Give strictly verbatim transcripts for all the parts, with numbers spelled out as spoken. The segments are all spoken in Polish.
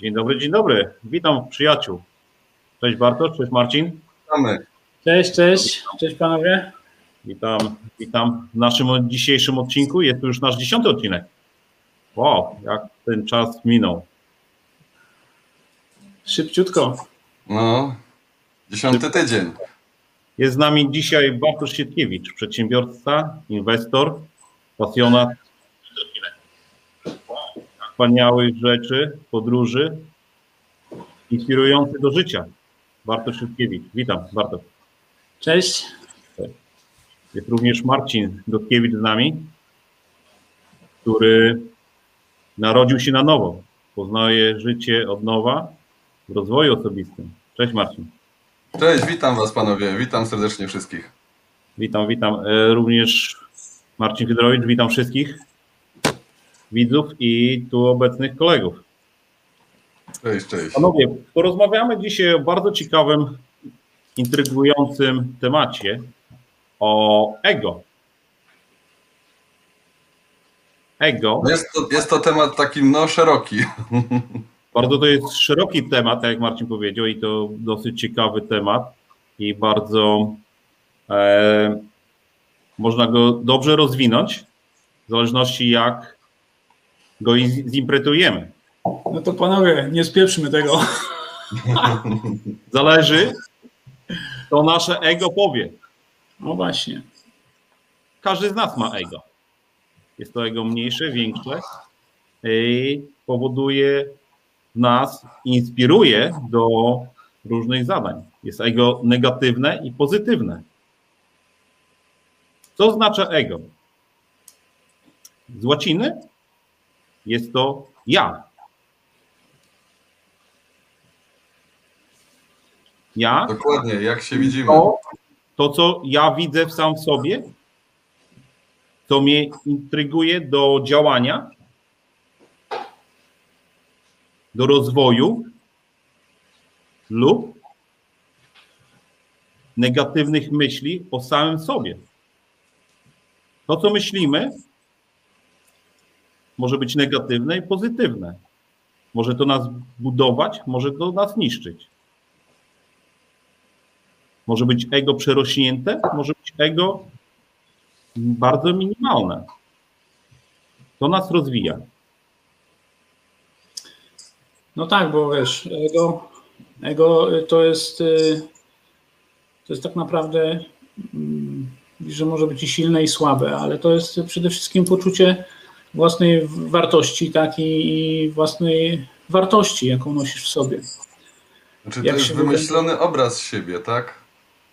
Dzień dobry, dzień dobry. Witam przyjaciół. Cześć Bartosz, cześć Marcin. Witamy. Cześć, cześć, cześć panowie. Witam, witam w naszym dzisiejszym odcinku. Jest to już nasz dziesiąty odcinek. Wow, jak ten czas minął. Szybciutko. No, dziesiąty tydzień. Jest z nami dzisiaj Bartosz Sietkiewicz, przedsiębiorca, inwestor, pasjonat wspaniałych rzeczy, podróży, inspirujący do życia. Bartosz Sietkiewicz. Witam, Bartosz. Cześć. Jest również Marcin Gotkiewicz z nami, który narodził się na nowo. Poznaje życie od nowa w rozwoju osobistym. Cześć Marcin. Cześć, witam was panowie, witam serdecznie wszystkich. Witam, witam. Również Marcin Hydrowicz, witam wszystkich widzów i tu obecnych kolegów. Cześć, cześć. Panowie, porozmawiamy dzisiaj o bardzo ciekawym, intrygującym temacie, o ego. Ego. Jest to, jest to temat taki no szeroki. Bardzo to jest szeroki temat, tak jak Marcin powiedział, i to dosyć ciekawy temat i bardzo e, można go dobrze rozwinąć, w zależności jak go zinterpretujemy. No to panowie, nie spieprzmy tego. Zależy, co nasze ego powie. No właśnie. Każdy z nas ma ego. Jest to ego mniejsze, większe i powoduje nas, inspiruje do różnych zadań. Jest ego negatywne i pozytywne. Co oznacza ego? Z łaciny jest to ja. Ja. Dokładnie, jak się widzimy. To, to, co ja widzę w sam w sobie, co mnie intryguje do działania, do rozwoju lub negatywnych myśli o samym sobie. To, co myślimy, może być negatywne i pozytywne. Może to nas budować, może to nas niszczyć. Może być ego przerośnięte, może być ego bardzo minimalne. To nas rozwija. No tak, bo wiesz, ego, ego to jest to jest tak naprawdę, że może być i silne, i słabe, ale to jest przede wszystkim poczucie własnej wartości, tak, i własnej wartości, jaką nosisz w sobie. Znaczy to jest wymyślony wygląda... obraz siebie, tak?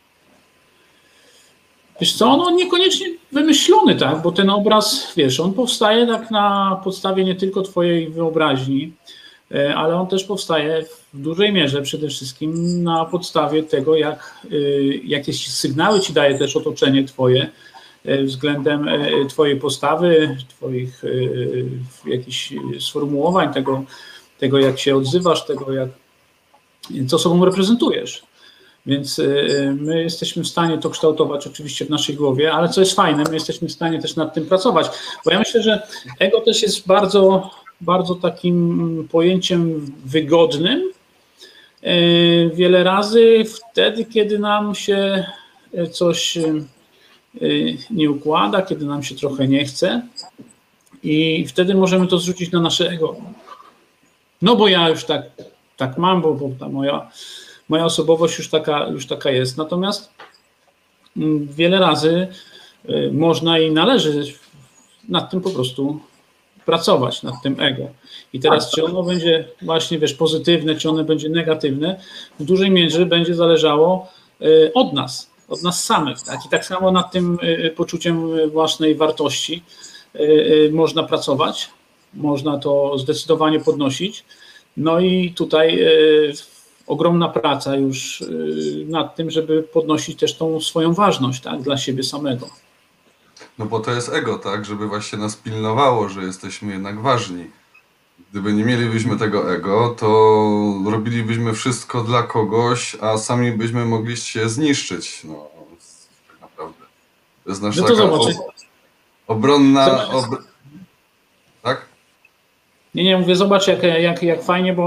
Wiesz co, no niekoniecznie wymyślony, tak, bo ten obraz, wiesz, on powstaje tak na podstawie nie tylko twojej wyobraźni, ale on też powstaje w dużej mierze przede wszystkim na podstawie tego, jak, jakie sygnały ci daje też otoczenie twoje względem twojej postawy, twoich jakichś sformułowań, tego, tego jak się odzywasz, tego jak, co sobą reprezentujesz. Więc my jesteśmy w stanie to kształtować oczywiście w naszej głowie, ale co jest fajne, my jesteśmy w stanie też nad tym pracować, bo ja myślę, że ego też jest bardzo, bardzo takim pojęciem wygodnym wiele razy wtedy, kiedy nam się coś nie układa, kiedy nam się trochę nie chce i wtedy możemy to zrzucić na nasze ego. No bo ja już tak, tak mam, bo, bo ta moja Moja osobowość już taka, już taka jest. Natomiast wiele razy można i należy nad tym po prostu pracować, nad tym ego. I teraz, czy ono będzie właśnie, wiesz, pozytywne, czy ono będzie negatywne, w dużej mierze będzie zależało od nas, od nas samych. Tak? I tak samo nad tym poczuciem własnej wartości można pracować, można to zdecydowanie podnosić. No i tutaj ogromna praca już nad tym, żeby podnosić też tą swoją ważność, tak, dla siebie samego. No bo to jest ego, tak, żeby właśnie nas pilnowało, że jesteśmy jednak ważni. Gdyby nie mielibyśmy tego ego, to robilibyśmy wszystko dla kogoś, a sami byśmy mogli się zniszczyć. No, tak naprawdę. To jest nasza no to taka zobaczy. obronna... Ob... Tak? Nie, nie, mówię, zobacz jak, jak, jak fajnie, bo jak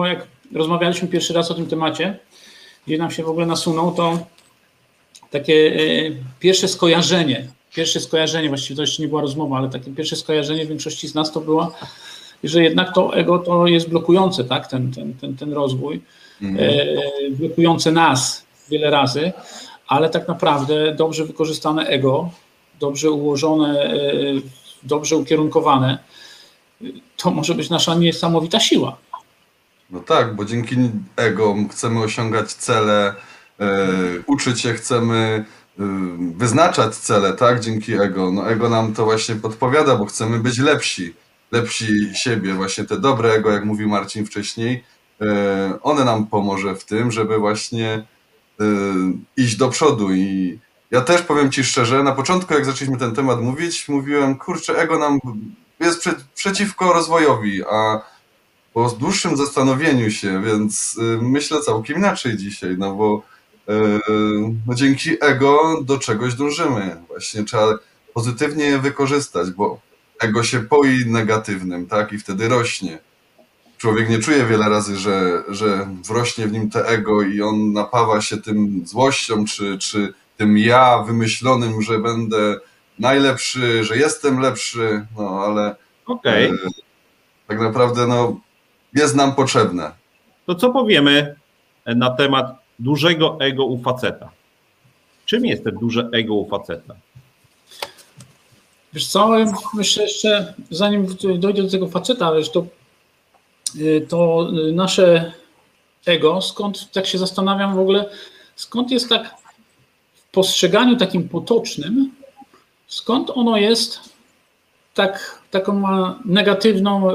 rozmawialiśmy pierwszy raz o tym temacie, gdzie nam się w ogóle nasunął, to takie pierwsze skojarzenie, pierwsze skojarzenie, właściwie to jeszcze nie była rozmowa, ale takie pierwsze skojarzenie w większości z nas to było, że jednak to ego to jest blokujące, tak, ten, ten, ten, ten rozwój, mm. blokujące nas wiele razy, ale tak naprawdę dobrze wykorzystane ego, dobrze ułożone, dobrze ukierunkowane, to może być nasza niesamowita siła. No tak, bo dzięki ego chcemy osiągać cele, yy, uczyć się chcemy, yy, wyznaczać cele, tak, dzięki ego. No ego nam to właśnie podpowiada, bo chcemy być lepsi, lepsi siebie, właśnie te dobre ego, jak mówił Marcin wcześniej, yy, one nam pomoże w tym, żeby właśnie yy, iść do przodu. I ja też powiem Ci szczerze, na początku jak zaczęliśmy ten temat mówić, mówiłem, kurczę, ego nam jest prze, przeciwko rozwojowi, a po dłuższym zastanowieniu się, więc y, myślę całkiem inaczej dzisiaj, no bo y, no dzięki ego do czegoś dążymy. Właśnie trzeba pozytywnie je wykorzystać, bo ego się poi negatywnym, tak, i wtedy rośnie. Człowiek nie czuje wiele razy, że, że wrośnie w nim te ego i on napawa się tym złością, czy, czy tym ja wymyślonym, że będę najlepszy, że jestem lepszy, no ale okay. y, tak naprawdę no jest nam potrzebne. To co powiemy na temat dużego ego u faceta? Czym jest to duże ego u faceta? Wiesz co, myślę jeszcze, zanim dojdę do tego faceta, wiesz, to, to nasze ego, skąd, tak się zastanawiam w ogóle, skąd jest tak w postrzeganiu takim potocznym, skąd ono jest tak, taką ma negatywną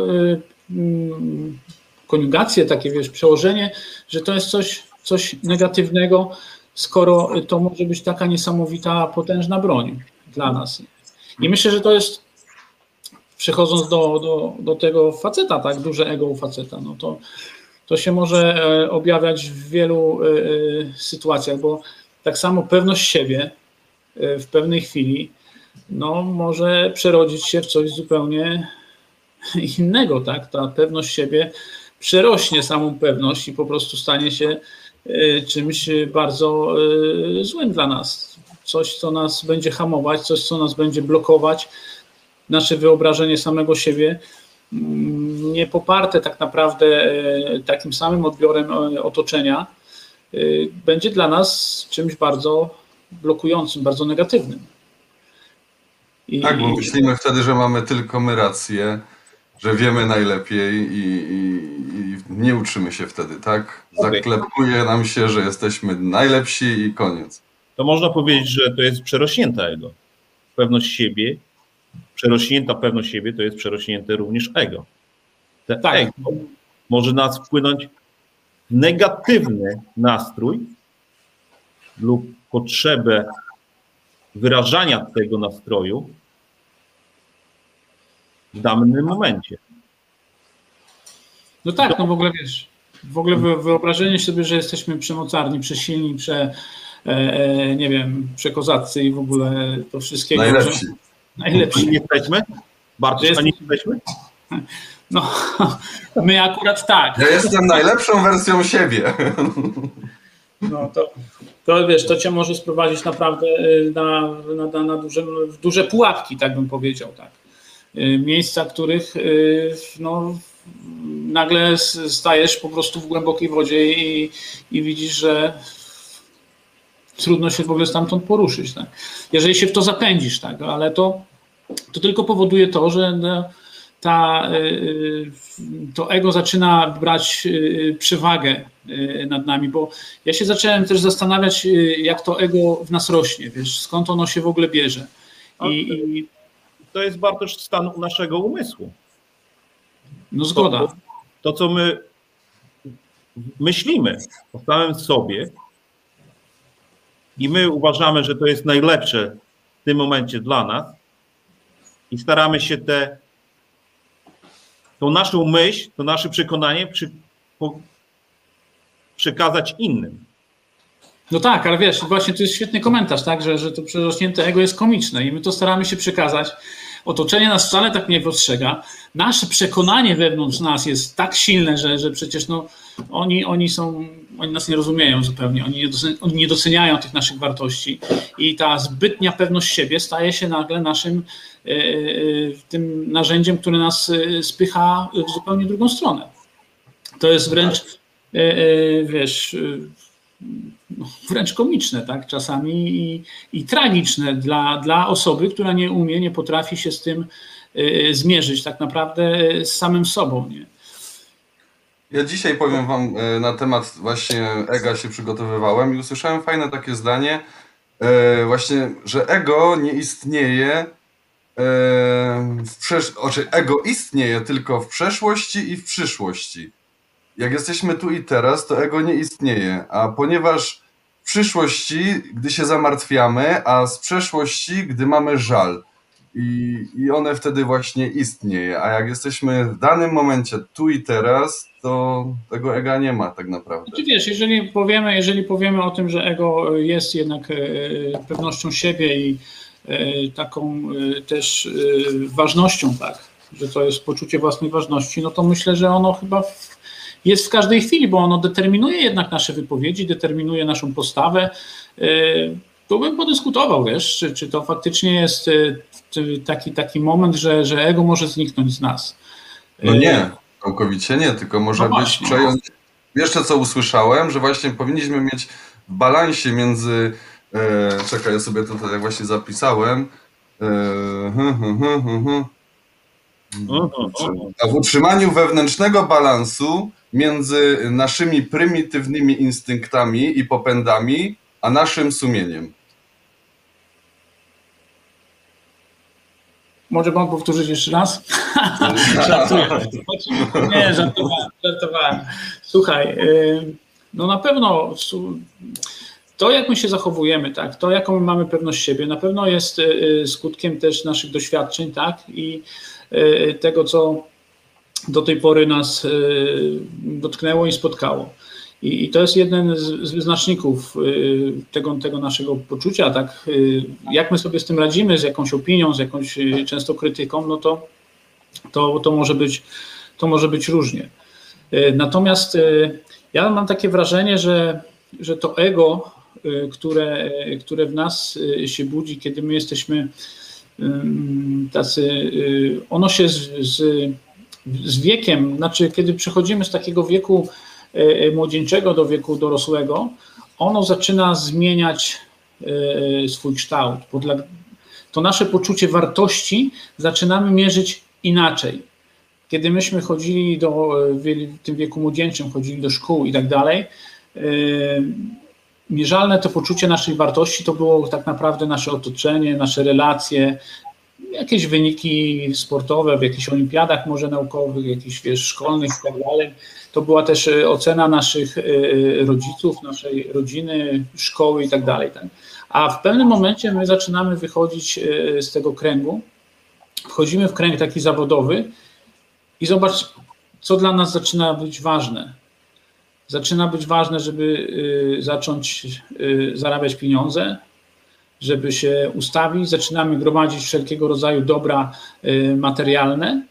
koniugację, takie wiesz, przełożenie, że to jest coś, coś negatywnego, skoro to może być taka niesamowita, potężna broń dla nas. I myślę, że to jest, przechodząc do, do, do tego faceta, tak, duże ego u faceta, no to, to się może objawiać w wielu y, sytuacjach, bo tak samo pewność siebie y, w pewnej chwili no, może przerodzić się w coś zupełnie innego, tak? Ta pewność siebie przerośnie samą pewność i po prostu stanie się czymś bardzo złym dla nas. Coś, co nas będzie hamować, coś, co nas będzie blokować, nasze wyobrażenie samego siebie, nie poparte tak naprawdę takim samym odbiorem otoczenia, będzie dla nas czymś bardzo blokującym, bardzo negatywnym. I, tak, bo myślimy wtedy, że mamy tylko my rację, że wiemy najlepiej i, i, i nie uczymy się wtedy, tak? Zaklepuje nam się, że jesteśmy najlepsi i koniec. To można powiedzieć, że to jest przerośnięte ego. Pewność siebie, przerośnięta pewność siebie to jest przerośnięte również ego. Te tak. Ego może nas wpłynąć w negatywny nastrój lub potrzebę wyrażania tego nastroju w danym momencie. No tak, no w ogóle wiesz, w ogóle wyobrażenie sobie, że jesteśmy przemocarni, przesilni, prze, e, nie wiem, przekozaccy i w ogóle to wszystkiego. Najlepsi. Że, najlepsi. Nie jesteśmy? Bartosz, jest... a nie jesteśmy? No, my akurat tak. Ja jestem najlepszą wersją siebie. No to, to wiesz, to cię może sprowadzić naprawdę na, na, na duże, w duże pułapki, tak bym powiedział, tak. Miejsca, których no, nagle stajesz po prostu w głębokiej wodzie i, i widzisz, że trudno się w ogóle stamtąd poruszyć. Tak? Jeżeli się w to zapędzisz, tak? Ale to, to tylko powoduje to, że ta, to ego zaczyna brać przewagę nad nami, bo ja się zacząłem też zastanawiać, jak to ego w nas rośnie, wiesz, skąd ono się w ogóle bierze. I, i to jest Bartosz stan naszego umysłu. No zgoda. To, to, co my myślimy o samym sobie i my uważamy, że to jest najlepsze w tym momencie dla nas i staramy się te, tą naszą myśl, to nasze przekonanie przy, po, przekazać innym. No tak, ale wiesz, właśnie to jest świetny komentarz, tak, że, że to przerośnięte ego jest komiczne i my to staramy się przekazać. Otoczenie nas wcale tak nie postrzega. Nasze przekonanie wewnątrz nas jest tak silne, że, że przecież no, oni, oni są, oni nas nie rozumieją zupełnie, oni nie, doceniają, oni nie doceniają tych naszych wartości i ta zbytnia pewność siebie staje się nagle naszym tym narzędziem, które nas spycha w zupełnie drugą stronę. To jest wręcz, wiesz, wręcz komiczne, tak, czasami i, i tragiczne dla, dla osoby, która nie umie, nie potrafi się z tym zmierzyć tak naprawdę z samym sobą, nie? Ja dzisiaj powiem wam na temat właśnie ega się przygotowywałem i usłyszałem fajne takie zdanie, właśnie, że ego nie istnieje w przesz- znaczy ego istnieje tylko w przeszłości i w przyszłości. Jak jesteśmy tu i teraz, to ego nie istnieje, a ponieważ w przyszłości, gdy się zamartwiamy, a z przeszłości, gdy mamy żal. I, I one wtedy właśnie istnieje, a jak jesteśmy w danym momencie tu i teraz, to tego ega nie ma tak naprawdę. Ty wiesz, jeżeli powiemy, jeżeli powiemy o tym, że ego jest jednak pewnością siebie i taką też ważnością, tak, że to jest poczucie własnej ważności, no to myślę, że ono chyba jest w każdej chwili, bo ono determinuje jednak nasze wypowiedzi, determinuje naszą postawę. To bym podyskutował, wiesz, czy, czy to faktycznie jest taki, taki moment, że, że ego może zniknąć z nas. No nie, całkowicie nie, tylko może no być przejąć. Jeszcze co usłyszałem, że właśnie powinniśmy mieć w balansie między, e, czekaj, ja sobie tutaj jak właśnie zapisałem, e, hm, hm, hm, hm, hm. A w utrzymaniu wewnętrznego balansu między naszymi prymitywnymi instynktami i popędami, a naszym sumieniem. Może pan powtórzyć jeszcze raz? Żartuję. Nie, żartowałem, żartowałem. Słuchaj, no na pewno to, jak my się zachowujemy, tak, to, jaką my mamy pewność siebie, na pewno jest skutkiem też naszych doświadczeń, tak, i tego, co do tej pory nas dotknęło i spotkało. I, i to jest jeden z, z wyznaczników tego, tego naszego poczucia, tak, jak my sobie z tym radzimy, z jakąś opinią, z jakąś często krytyką, no to, to, to, może być, to może być różnie. Natomiast ja mam takie wrażenie, że, że to ego, które, które w nas się budzi, kiedy my jesteśmy tacy, ono się z, z, z wiekiem, znaczy kiedy przechodzimy z takiego wieku młodzieńczego do wieku dorosłego, ono zaczyna zmieniać swój kształt. To nasze poczucie wartości zaczynamy mierzyć inaczej. Kiedy myśmy chodzili do, w tym wieku młodzieńczym, chodzili do szkół i tak dalej, mierzalne to poczucie naszej wartości to było tak naprawdę nasze otoczenie, nasze relacje, jakieś wyniki sportowe w jakichś olimpiadach może naukowych, jakichś, wiesz, szkolnych i tak dalej. To była też ocena naszych rodziców, naszej rodziny, szkoły i tak dalej. A w pewnym momencie my zaczynamy wychodzić z tego kręgu, wchodzimy w kręg taki zawodowy i zobacz, co dla nas zaczyna być ważne. Zaczyna być ważne, żeby zacząć zarabiać pieniądze, żeby się ustawić, zaczynamy gromadzić wszelkiego rodzaju dobra materialne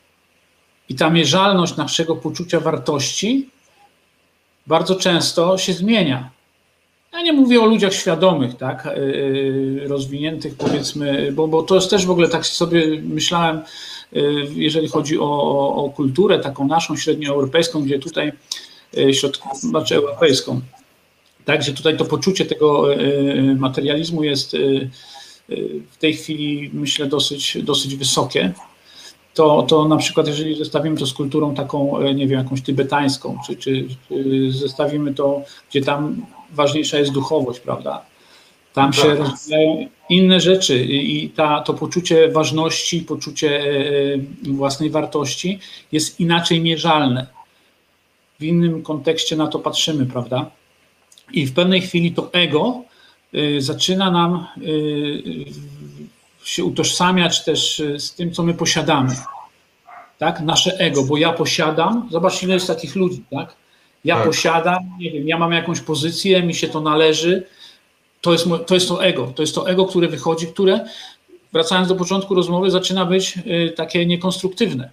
i ta mierzalność naszego poczucia wartości bardzo często się zmienia. Ja nie mówię o ludziach świadomych, tak, rozwiniętych, powiedzmy, bo, bo to jest też w ogóle, tak sobie myślałem, jeżeli chodzi o, o, o kulturę taką naszą średnioeuropejską, gdzie tutaj środków, znaczy europejską, tak, że tutaj to poczucie tego materializmu jest w tej chwili, myślę, dosyć, dosyć wysokie. To, to na przykład, jeżeli zestawimy to z kulturą taką, nie wiem, jakąś tybetańską, czy, czy, czy zestawimy to, gdzie tam ważniejsza jest duchowość, prawda? Tam się tak rozwijają inne rzeczy i ta, to poczucie ważności, poczucie własnej wartości jest inaczej mierzalne. W innym kontekście na to patrzymy, prawda? I w pewnej chwili to ego y, zaczyna nam y, się utożsamiać też z tym, co my posiadamy. Tak? Nasze ego, bo ja posiadam, zobacz, ile jest takich ludzi, tak? Ja tak. posiadam, nie wiem, ja mam jakąś pozycję, mi się to należy, to jest, to jest to ego, to jest to ego, które wychodzi, które, wracając do początku rozmowy, zaczyna być y, takie niekonstruktywne.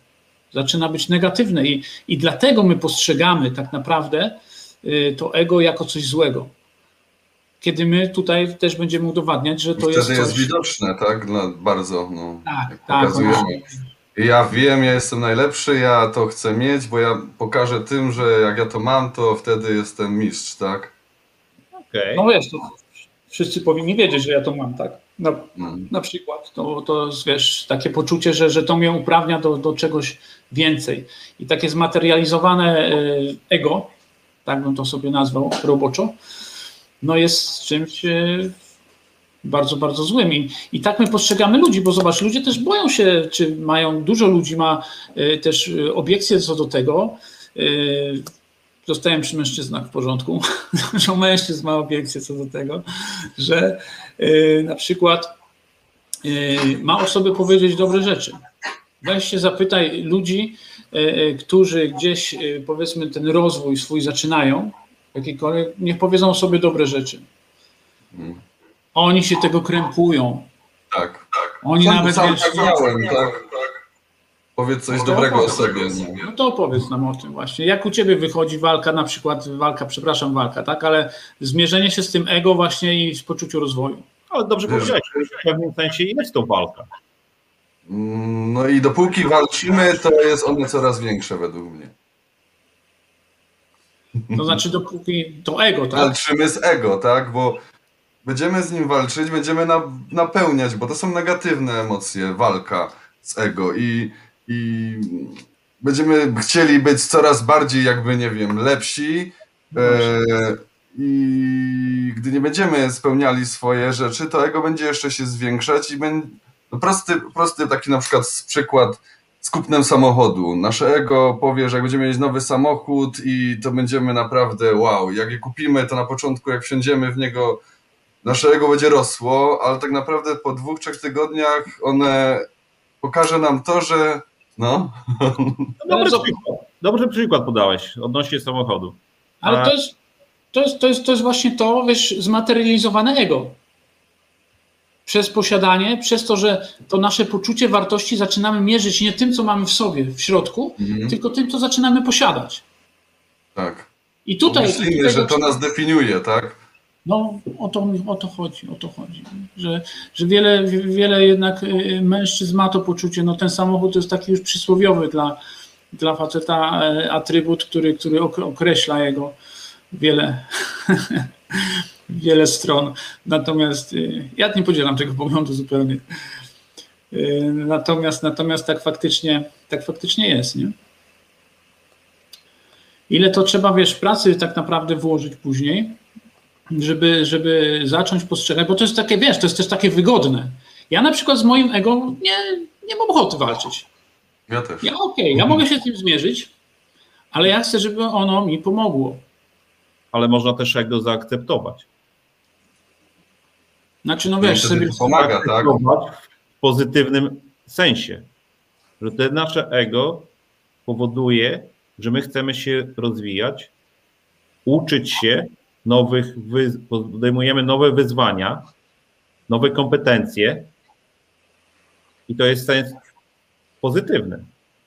zaczyna być negatywne i, i dlatego my postrzegamy tak naprawdę to ego jako coś złego. Kiedy my tutaj też będziemy udowadniać, że to Wtedy jest coś... jest widoczne, tak? Dla, bardzo, no, Tak, jak tak. pokazujemy. Ja wiem, ja jestem najlepszy, ja to chcę mieć, bo ja pokażę tym, że jak ja to mam, to wtedy jestem mistrz, tak? Okay. No wiesz, to wszyscy powinni wiedzieć, że ja to mam, tak? Na, Mm. na przykład. To, to jest, wiesz, takie poczucie, że, że to mnie uprawnia do, do czegoś więcej. I takie zmaterializowane ego, tak bym to sobie nazwał roboczo, no jest czymś bardzo, bardzo złym. I, I tak my postrzegamy ludzi, bo zobacz, ludzie też boją się, czy mają, dużo ludzi ma też obiekcje co do tego. Zostałem przy mężczyznach w porządku. Dużo mężczyzn ma obiekcje co do tego, że na przykład ma o sobie powiedzieć dobre rzeczy. Weź się zapytaj ludzi, którzy gdzieś, powiedzmy, ten rozwój swój zaczynają, jakikolwiek, niech powiedzą sobie dobre rzeczy. Oni się tego krępują. Tak, tak. Oni sam, nawet sam wiesz, tak miałem, tak, tak. Powiedz coś no dobrego o to, sobie. No to opowiedz nam o tym właśnie. Jak u ciebie wychodzi walka, na przykład walka, przepraszam, walka, tak, ale zmierzenie się z tym ego właśnie i z poczuciu rozwoju. Ale dobrze Wiesz, powiedziałeś, w pewnym sensie jest to walka. No i dopóki walczymy, to jest one coraz większe według mnie. To znaczy dopóki to ego, tak? Walczymy z ego, tak? Bo będziemy z nim walczyć, będziemy na, napełniać, bo to są negatywne emocje, walka z ego i, i będziemy chcieli być coraz bardziej jakby, nie wiem, lepsi e, i gdy nie będziemy spełniali swoje rzeczy, to ego będzie jeszcze się zwiększać i będzie, no prosty, prosty taki na przykład przykład z kupnem samochodu. Nasze ego powie, że jak będziemy mieć nowy samochód i to będziemy naprawdę wow, jak je kupimy, to na początku jak wsiądziemy w niego, nasze ego będzie rosło, ale tak naprawdę po dwóch, trzech tygodniach one pokaże nam to, że no. no dobry, przykład. dobry przykład podałeś odnośnie samochodu. Ale to jest, to jest, to jest, to jest właśnie to, wiesz, zmaterializowane ego. Przez posiadanie, przez to, że to nasze poczucie wartości zaczynamy mierzyć nie tym, co mamy w sobie, w środku, mhm. tylko tym, co zaczynamy posiadać. Tak. I tutaj... Myślimy, i tutaj że to nas definiuje, tak? No, o to, o to chodzi, o to chodzi. Że, że wiele, wiele jednak mężczyzn ma to poczucie, no ten samochód to jest taki już przysłowiowy dla, dla faceta atrybut, który, który określa jego wiele... wiele stron. Natomiast ja nie podzielam tego poglądu zupełnie. Natomiast, natomiast tak faktycznie, tak faktycznie jest, nie? Ile to trzeba, wiesz, pracy tak naprawdę włożyć później, żeby, żeby zacząć postrzegać, bo to jest takie, wiesz, to jest też takie wygodne. Ja na przykład z moim ego nie, nie mam ochoty walczyć. Ja też. Ja okej, okay, ja mogę się z tym zmierzyć, ale ja chcę, żeby ono mi pomogło. Ale można też ego zaakceptować. Znaczy, no wiesz, sobie pomaga, tak? W pozytywnym sensie, że to nasze ego powoduje, że my chcemy się rozwijać, uczyć się nowych, podejmujemy nowe wyzwania, nowe kompetencje i to jest sens pozytywny.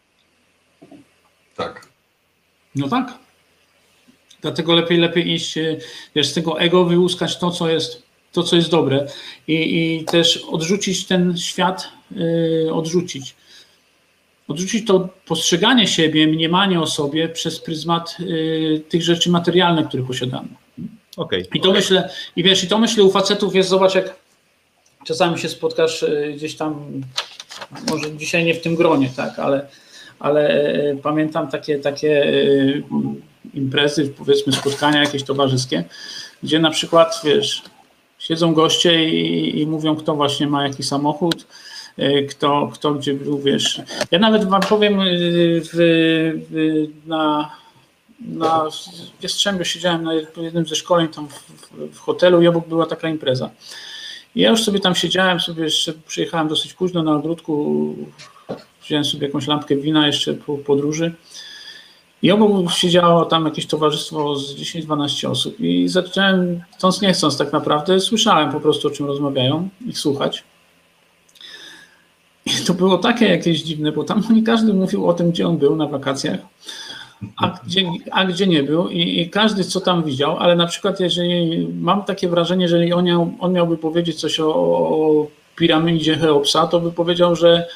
Tak. No tak. Dlatego lepiej, lepiej iść, wiesz, z tego ego wyłuskać to, co jest, to, co jest dobre i, i też odrzucić ten świat, yy, odrzucić. Odrzucić to postrzeganie siebie, mniemanie o sobie przez pryzmat yy, tych rzeczy materialnych, które posiadamy. Okay. I to okay. myślę, i wiesz, i to myślę u facetów jest, zobacz, jak czasami się spotkasz yy, gdzieś tam, może dzisiaj nie w tym gronie, tak, ale, ale yy, pamiętam takie, takie yy, imprezy, powiedzmy spotkania jakieś towarzyskie, gdzie na przykład, wiesz, siedzą goście i, i mówią, kto właśnie ma jaki samochód, kto, kto gdzie był, wiesz. Ja nawet wam powiem, w, w, na, na w Jastrzębiu siedziałem na jednym ze szkoleń tam w, w hotelu i obok była taka impreza. I ja już sobie tam siedziałem, sobie jeszcze przyjechałem dosyć późno na ogródku, wziąłem sobie jakąś lampkę wina jeszcze po podróży. I obok siedziało tam jakieś towarzystwo z dziesięć dwanaście osób i zacząłem, chcąc nie chcąc tak naprawdę, słyszałem po prostu, o czym rozmawiają, ich słuchać. I to było takie jakieś dziwne, bo tam nie każdy mówił o tym, gdzie on był na wakacjach, a gdzie, a gdzie nie był i, i każdy co tam widział, ale na przykład jeżeli mam takie wrażenie, jeżeli on, miał, on miałby powiedzieć coś o, o piramidzie Cheopsa, to by powiedział, że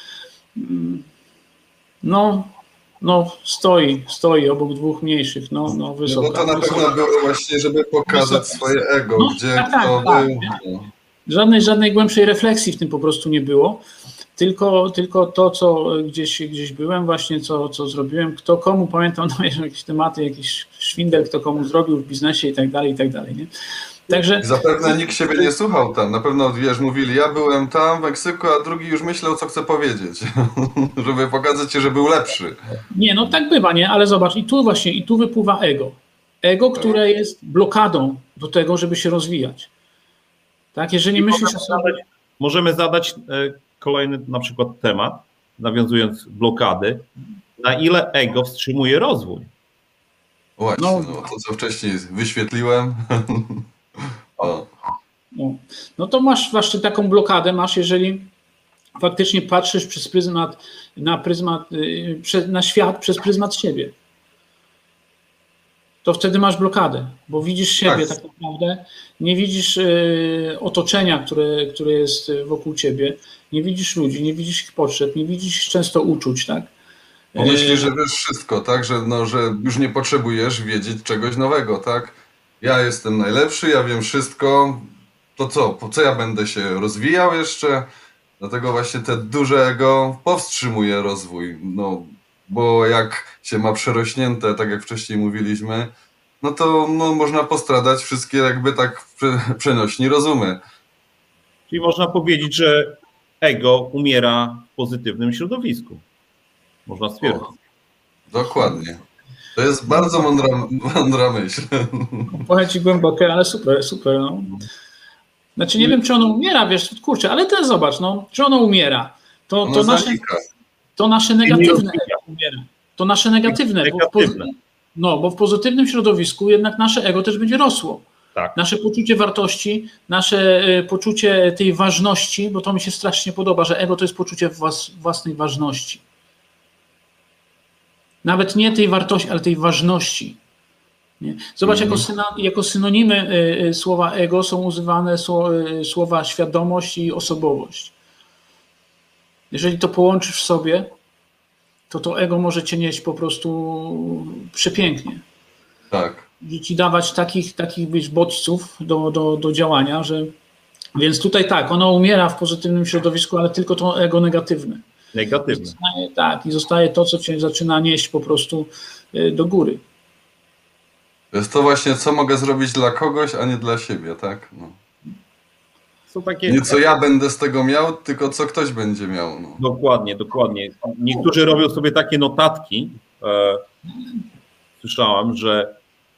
no, no stoi, stoi obok dwóch mniejszych, no, no wysoko. No to na pewno było właśnie, żeby pokazać swoje ego, no, gdzie tak, kto tak, był. tak. No. Żadnej, żadnej głębszej refleksji w tym po prostu nie było, tylko, tylko to, co gdzieś, gdzieś byłem, właśnie co, co zrobiłem, kto komu, pamiętam, no, jakieś tematy, jakiś szwindel, kto komu zrobił w biznesie i tak dalej, i tak dalej, nie? Także... I zapewne nikt siebie nie słuchał tam. Na pewno, wiesz, mówili, ja byłem tam w Meksyku, a drugi już myślał, co chce powiedzieć, żeby pokazać ci, że był lepszy. Nie, no tak bywa, nie? Ale zobacz, i tu właśnie, i tu wypływa ego. Ego, które jest blokadą do tego, żeby się rozwijać. Tak, jeżeli myślisz o sobie... Możemy zadać kolejny na przykład temat, nawiązując blokady. Na ile ego wstrzymuje rozwój? Właśnie, No, no, to co wcześniej wyświetliłem. O. No, no to masz właśnie taką blokadę, masz, jeżeli faktycznie patrzysz przez pryzmat, na pryzmat, na świat przez pryzmat siebie. To wtedy masz blokadę, bo widzisz siebie tak, tak naprawdę, nie widzisz y, otoczenia, które, które jest wokół ciebie, nie widzisz ludzi, nie widzisz ich potrzeb, nie widzisz często uczuć, tak? Bo myślisz, że wiesz wszystko, tak? Że, no, że już nie potrzebujesz wiedzieć czegoś nowego, tak? Ja jestem najlepszy, ja wiem wszystko, to co? Po co ja będę się rozwijał jeszcze? Dlatego właśnie te duże ego powstrzymuje rozwój, no, bo jak się ma przerośnięte, tak jak wcześniej mówiliśmy, no to no, można postradać wszystkie jakby tak przenośni rozumy. Czyli można powiedzieć, że ego umiera w pozytywnym środowisku. Można stwierdzić. O, dokładnie. To jest bardzo mądra, mądra myśl. Powiem ci głębokie, ale super, super. No. Znaczy nie wiem, czy ono umiera, wiesz, kurczę, ale też zobacz, no, czy ono umiera. To, to, nasze, to nasze negatywne ego umiera. To nasze negatywne. negatywne. Bo w, no, bo w pozytywnym środowisku jednak nasze ego też będzie rosło. Tak. Nasze poczucie wartości, nasze poczucie tej ważności, bo to mi się strasznie podoba, że ego to jest poczucie włas, własnej ważności. Nawet nie tej wartości, ale tej ważności. Nie? Zobacz, mm. jako, syna, jako synonimy y, słowa ego są używane y, słowa świadomość i osobowość. Jeżeli to połączysz w sobie, to to ego może cię nieść po prostu przepięknie. Tak. I ci dawać takich, takich być bodźców do, do, do działania, że... Więc tutaj tak, ono umiera w pozytywnym środowisku, ale tylko to ego negatywne. Negatywne. Zostaje, tak, i zostaje to, co cię zaczyna nieść po prostu do góry. To jest to właśnie, co mogę zrobić dla kogoś, a nie dla siebie, tak? No. Są takie... Nie co ja będę z tego miał, tylko co ktoś będzie miał. No. Dokładnie, dokładnie. Niektórzy robią sobie takie notatki. E, słyszałem, że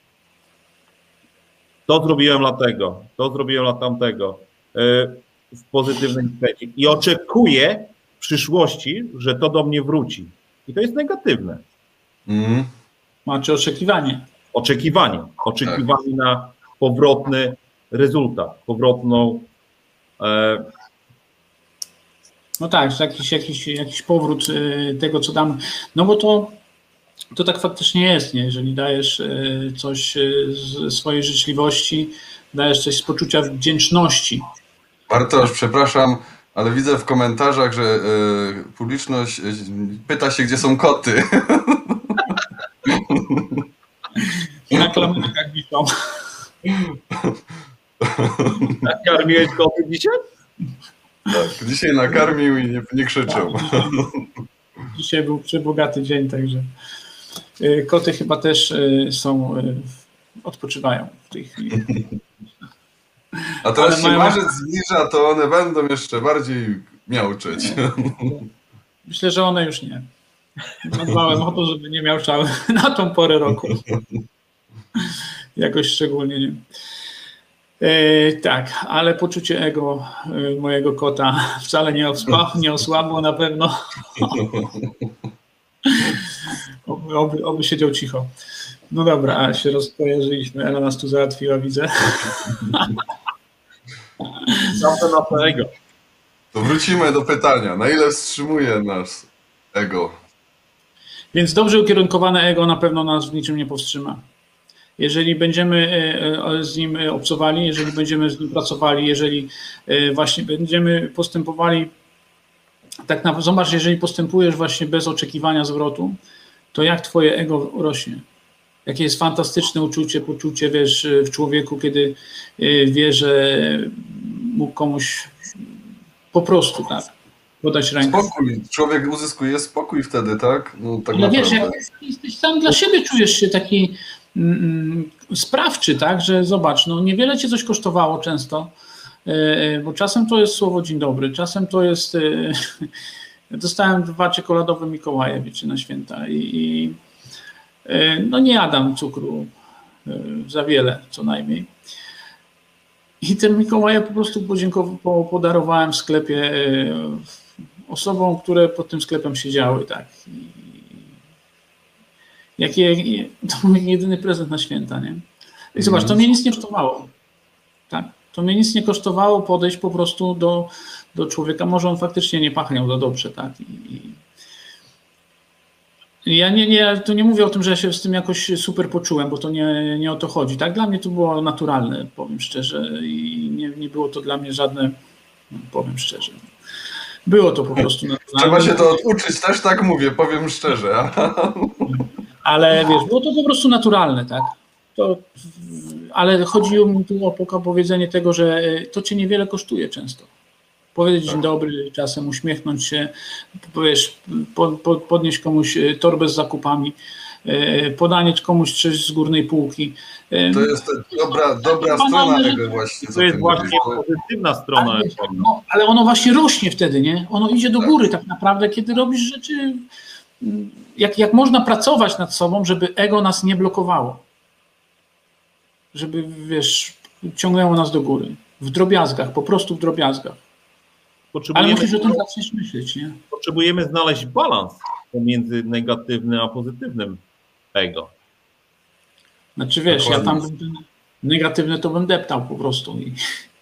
to zrobiłem dla tego, to zrobiłem dla tamtego e, w pozytywnym świecie i oczekuję w przyszłości, że to do mnie wróci. I to jest negatywne. Mm. Macie oczekiwanie. Oczekiwanie. Oczekiwanie tak. na powrotny rezultat, powrotną e... no tak, jakiś, jakiś, jakiś powrót tego, co dam. No bo to, to tak faktycznie jest, nie? Jeżeli dajesz coś z swojej życzliwości, dajesz coś z poczucia wdzięczności. Bartosz, przepraszam, ale widzę w komentarzach, że y, publiczność y, pyta się, gdzie są koty. Na klamerkach wiszą. Nakarmiłeś koty dzisiaj? Tak, dzisiaj nakarmił i nie, nie krzyczą. Dzisiaj był przebogaty dzień, także koty chyba też są, odpoczywają w tej chwili. A teraz się mają... marzec zbliża, to one będą jeszcze bardziej miauczeć. Myślę, że one już nie. Zadbałem o to, żeby nie miauczały na tą porę roku. Jakoś szczególnie nie. E, tak, ale poczucie ego e, mojego kota wcale nie, osła, nie osłabło na pewno. Oby, oby, oby siedział cicho. No dobra, a się rozkojarzyliśmy. Ela nas tu załatwiła, widzę. Zawsze na to ego. To wrócimy do pytania. Na ile wstrzymuje nas ego? Więc dobrze ukierunkowane ego na pewno nas w niczym nie powstrzyma. Jeżeli będziemy z nim obcowali, jeżeli będziemy z nim pracowali, jeżeli właśnie będziemy postępowali, tak naprawdę, zobacz, jeżeli postępujesz właśnie bez oczekiwania zwrotu, to jak twoje ego rośnie. Jakie jest fantastyczne uczucie, poczucie, wiesz, w człowieku, kiedy wie, że mógł komuś po prostu tak podać rękę. Spokój. Człowiek uzyskuje spokój wtedy, tak? No, tak No naprawdę. wiesz, jak jesteś sam dla siebie, czujesz się taki mm, sprawczy, tak, że zobacz, no niewiele cię coś kosztowało często, yy, bo czasem to jest słowo dzień dobry, czasem to jest, yy, dostałem dwa czekoladowe Mikołaje, wiecie, na święta i, i yy, no nie jadam cukru yy, za wiele, co najmniej. I te Mikołaje po prostu podziękow- podarowałem w sklepie yy, osobom, które pod tym sklepem siedziały, tak. I, Jakie, to był jedyny prezent na święta, nie? I zobacz, to mnie nic nie kosztowało. Tak? To mnie nic nie kosztowało podejść po prostu do, do człowieka. Może on faktycznie nie pachniał za dobrze, tak? I, i ja nie, nie, tu nie mówię o tym, że ja się z tym jakoś super poczułem, bo to nie, nie o to chodzi. Tak? Dla mnie to było naturalne, powiem szczerze, i nie, nie było to dla mnie żadne, powiem szczerze. Było to po prostu naturalne. Trzeba się to oduczyć, też tak mówię, powiem szczerze. Ale wiesz, było to po prostu naturalne, tak? To, ale chodziło mi tu o powiedzenie tego, że to cię niewiele kosztuje często. Powiedzieć dzień dobry, czasem uśmiechnąć się, wiesz, po, po, podnieść komuś torbę z zakupami, podanie komuś coś z górnej półki. To jest dobra, dobra strona tego właśnie. To jest właśnie pozytywna strona. Ale, no, ale ono właśnie rośnie wtedy, nie? Ono idzie do góry tak naprawdę, kiedy robisz rzeczy... Jak, jak można pracować nad sobą, żeby ego nas nie blokowało. Żeby, wiesz, ciągnęło nas do góry. W drobiazgach, po prostu w drobiazgach. Ale musisz o tym zacząć myśleć, nie? Potrzebujemy znaleźć balans pomiędzy negatywnym a pozytywnym ego. Znaczy, wiesz, Dokładnie. Ja tam bym negatywne to bym deptał po prostu. I...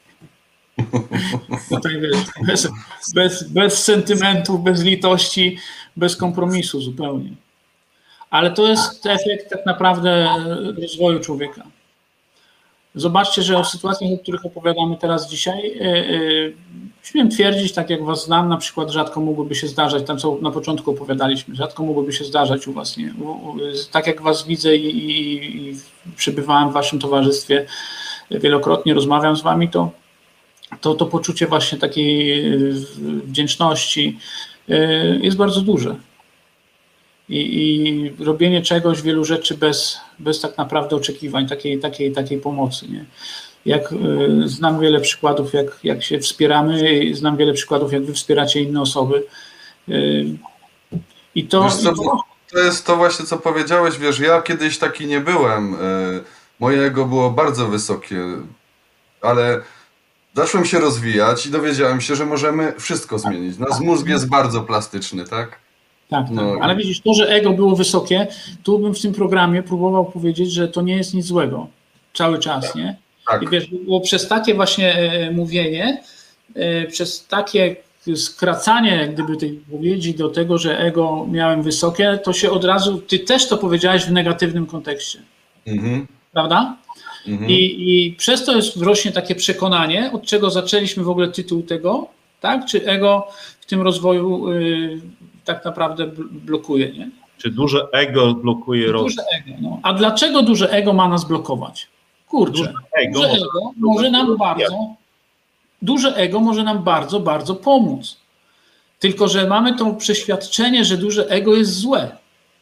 No tak, wiesz, bez, bez, bez sentymentów, bez litości, bez kompromisu zupełnie. Ale to jest efekt tak naprawdę rozwoju człowieka. Zobaczcie, że o sytuacjach, o których opowiadamy teraz dzisiaj, yy, śmiem twierdzić, tak jak was znam, na przykład rzadko mogłyby się zdarzać, tam co na początku opowiadaliśmy, rzadko mogłyby się zdarzać u was, nie? Tak jak was widzę i, i, i przebywałem w waszym towarzystwie wielokrotnie, rozmawiam z wami, to To, to poczucie właśnie takiej wdzięczności jest bardzo duże. I, i robienie czegoś, wielu rzeczy bez, bez tak naprawdę oczekiwań, takiej, takiej, takiej pomocy. Nie? Jak, znam wiele przykładów, jak, jak się wspieramy, znam wiele przykładów, jak wy wspieracie inne osoby. I to, wiesz co, i to... to jest to właśnie, co powiedziałeś, wiesz, ja kiedyś taki nie byłem. Moje ego było bardzo wysokie, ale zacząłem się rozwijać i dowiedziałem się, że możemy wszystko zmienić. Nasz mózg jest bardzo plastyczny, tak? Tak, tak. No. Ale widzisz, to, że ego było wysokie, tu bym w tym programie próbował powiedzieć, że to nie jest nic złego. Cały czas, nie? Tak. I wiesz, było przez takie właśnie e, mówienie, e, przez takie skracanie jak gdyby tej powiedzi do tego, że ego miałem wysokie, to się od razu, ty też to powiedziałeś w negatywnym kontekście. Mhm. Prawda? Mhm. I, I przez to jest rośnie takie przekonanie, od czego zaczęliśmy w ogóle tytuł tego, tak? Czy ego w tym rozwoju y, tak naprawdę blokuje, nie? Czy duże ego blokuje rozwój? Duże ego, no. A dlaczego duże ego ma nas blokować? Kurczę, duże ego, duże ego może nam bardzo, duże ego może nam bardzo, bardzo pomóc. Tylko że mamy to przeświadczenie, że duże ego jest złe.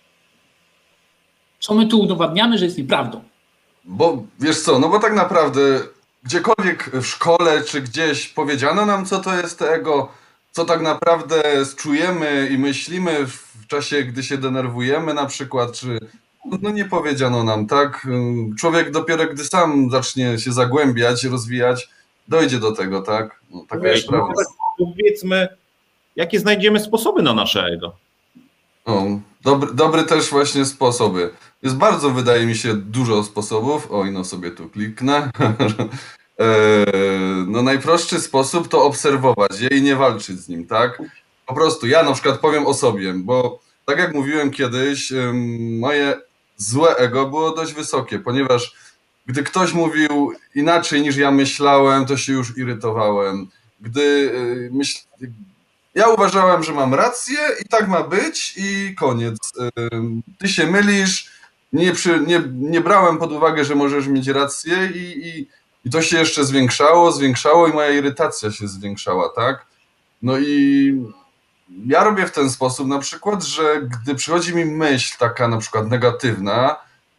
Co my tu udowadniamy, że jest nieprawdą. Bo wiesz co, no bo tak naprawdę gdziekolwiek w szkole czy gdzieś powiedziano nam, co to jest ego, co tak naprawdę czujemy i myślimy w czasie, gdy się denerwujemy na przykład, czy no nie powiedziano nam, tak? Człowiek dopiero gdy sam zacznie się zagłębiać, rozwijać, dojdzie do tego, tak? No, taka Wiesz, jest prawda. Powiedzmy, jakie znajdziemy sposoby na nasze ego? O, dobry, dobry też właśnie sposoby. Jest bardzo, wydaje mi się, dużo sposobów. Oj, no sobie tu kliknę. no najprostszy sposób to obserwować je i nie walczyć z nim, tak? Po prostu ja na przykład powiem o sobie, bo tak jak mówiłem kiedyś, moje złe ego było dość wysokie, ponieważ gdy ktoś mówił inaczej niż ja myślałem, to się już irytowałem. Gdy myśl... Ja uważałem, że mam rację i tak ma być i koniec. Ty się mylisz, nie, przy... nie, nie brałem pod uwagę, że możesz mieć rację i, i, i to się jeszcze zwiększało, zwiększało i moja irytacja się zwiększała, tak? No i ja robię w ten sposób na przykład, że gdy przychodzi mi myśl taka na przykład negatywna,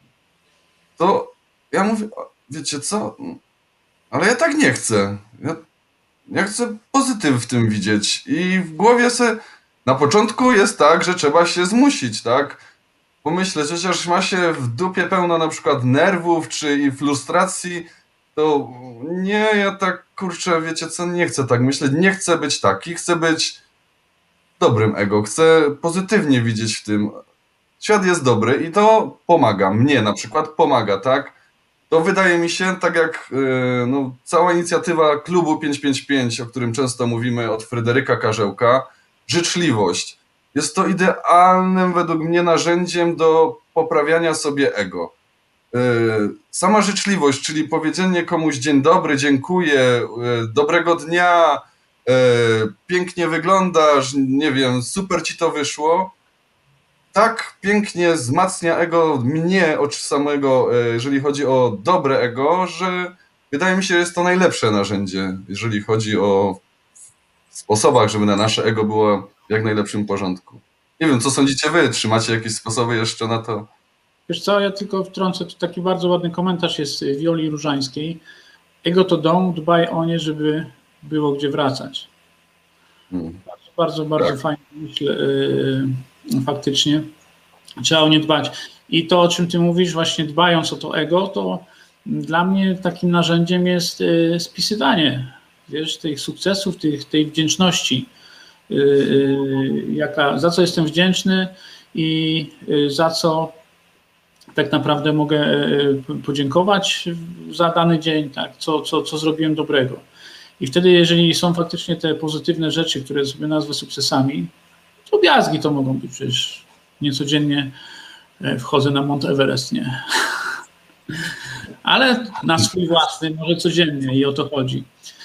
to ja mówię, wiecie co, ale ja tak nie chcę. Ja, ja chcę pozytyw w tym widzieć i w głowie se na początku jest tak, że trzeba się zmusić, tak? Pomyśleć, chociaż ma się w dupie pełno na przykład nerwów czy i frustracji, to nie, ja tak, kurczę, wiecie co, nie chcę tak myśleć, nie chcę być taki, chcę być dobrym ego, chcę pozytywnie widzieć w tym. Świat jest dobry i to pomaga, mnie na przykład pomaga, tak? To wydaje mi się, tak jak yy, no, cała inicjatywa klubu pięćset pięćdziesiąt pięć, o którym często mówimy od Fryderyka Karzełka, życzliwość. Jest to idealnym według mnie narzędziem do poprawiania sobie ego. Yy, sama życzliwość, czyli powiedzenie komuś dzień dobry, dziękuję, yy, dobrego dnia, yy, pięknie wyglądasz, nie wiem, super ci to wyszło, tak pięknie wzmacnia ego mnie od samego, jeżeli chodzi o dobre ego, że wydaje mi się, że jest to najlepsze narzędzie, jeżeli chodzi o sposobach, żeby na nasze ego było w jak najlepszym porządku. Nie wiem, co sądzicie wy? Czy macie jakieś sposoby jeszcze na to? Wiesz co, ja tylko wtrącę, tu taki bardzo ładny komentarz jest Wioli Różańskiej. Ego to dom, dbaj o nie, żeby było gdzie wracać. Hmm. Bardzo, bardzo, bardzo tak. Fajnie myślę. Yy, faktycznie trzeba o nie dbać. I to, o czym ty mówisz, właśnie dbając o to ego, to dla mnie takim narzędziem jest yy, spisywanie, wiesz, tych sukcesów, tych, tej wdzięczności, yy, yy, jaka, za co jestem wdzięczny i yy, za co tak naprawdę mogę podziękować za dany dzień, tak, co, co, co zrobiłem dobrego. I wtedy, jeżeli są faktycznie te pozytywne rzeczy, które sobie nazwę sukcesami, drobiazgi to mogą być, przecież niecodziennie wchodzę na Mount Everest, nie? Ale na swój własny, może codziennie i o to chodzi.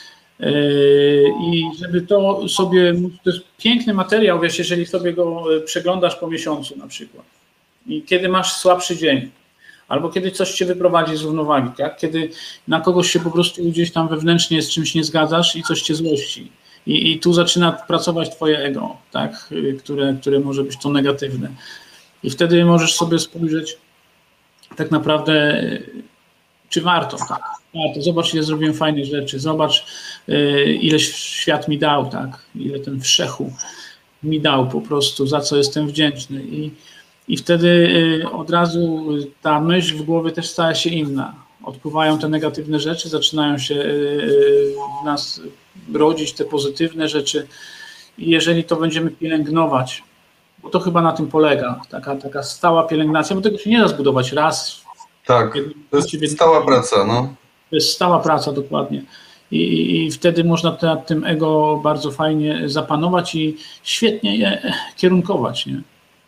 I żeby to sobie, to jest piękny materiał, wiesz, jeżeli sobie go przeglądasz po miesiącu na przykład. I kiedy masz słabszy dzień, albo kiedy coś cię wyprowadzi z równowagi, tak? Kiedy na kogoś się po prostu gdzieś tam wewnętrznie z czymś nie zgadzasz i coś cię złości. I, i tu zaczyna pracować twoje ego, tak? które, które może być to negatywne. I wtedy możesz sobie spojrzeć tak naprawdę, czy warto, tak? Warto. Zobacz, ile zrobiłem fajnych rzeczy, zobacz, ile świat mi dał, tak? Ile ten wszechu mi dał po prostu, za co jestem wdzięczny. I I wtedy od razu ta myśl w głowie też staje się inna. Odpływają te negatywne rzeczy, zaczynają się w nas rodzić te pozytywne rzeczy. I jeżeli to będziemy pielęgnować, bo to chyba na tym polega, taka, taka stała pielęgnacja, bo tego się nie da zbudować raz. Tak, to jest stała praca, no. To jest stała praca, dokładnie. I, i wtedy można nad tym ego bardzo fajnie zapanować i świetnie je kierunkować, nie?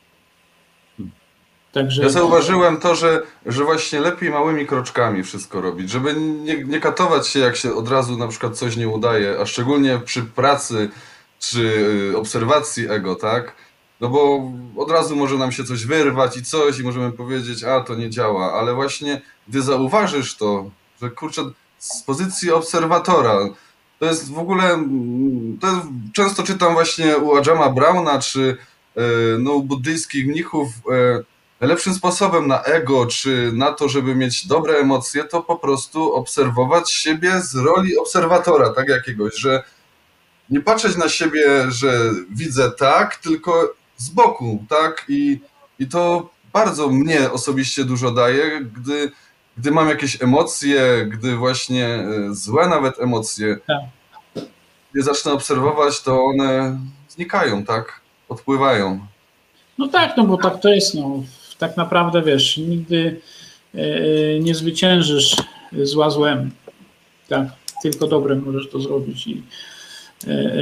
Także... Ja zauważyłem to, że, że właśnie lepiej małymi kroczkami wszystko robić, żeby nie, nie katować się, jak się od razu na przykład coś nie udaje, a szczególnie przy pracy czy obserwacji ego, tak? No bo od razu może nam się coś wyrwać i coś i możemy powiedzieć, a to nie działa, ale właśnie gdy zauważysz to, że kurczę, z pozycji obserwatora, to jest w ogóle, to jest, często czytam właśnie u Ajama Browna czy no, u buddyjskich mnichów, najlepszym sposobem na ego, czy na to, żeby mieć dobre emocje, to po prostu obserwować siebie z roli obserwatora, tak jakiegoś, że nie patrzeć na siebie, że widzę tak, tylko z boku, tak? I, i to bardzo mnie osobiście dużo daje, gdy, gdy mam jakieś emocje, gdy właśnie złe nawet emocje, tak. Gdy zacznę obserwować, to one znikają, tak? Odpływają. No tak, no bo tak to jest, no. Tak naprawdę, wiesz, nigdy nie zwyciężysz zła złem. Tak. tylko dobrem możesz to zrobić. I, e, e,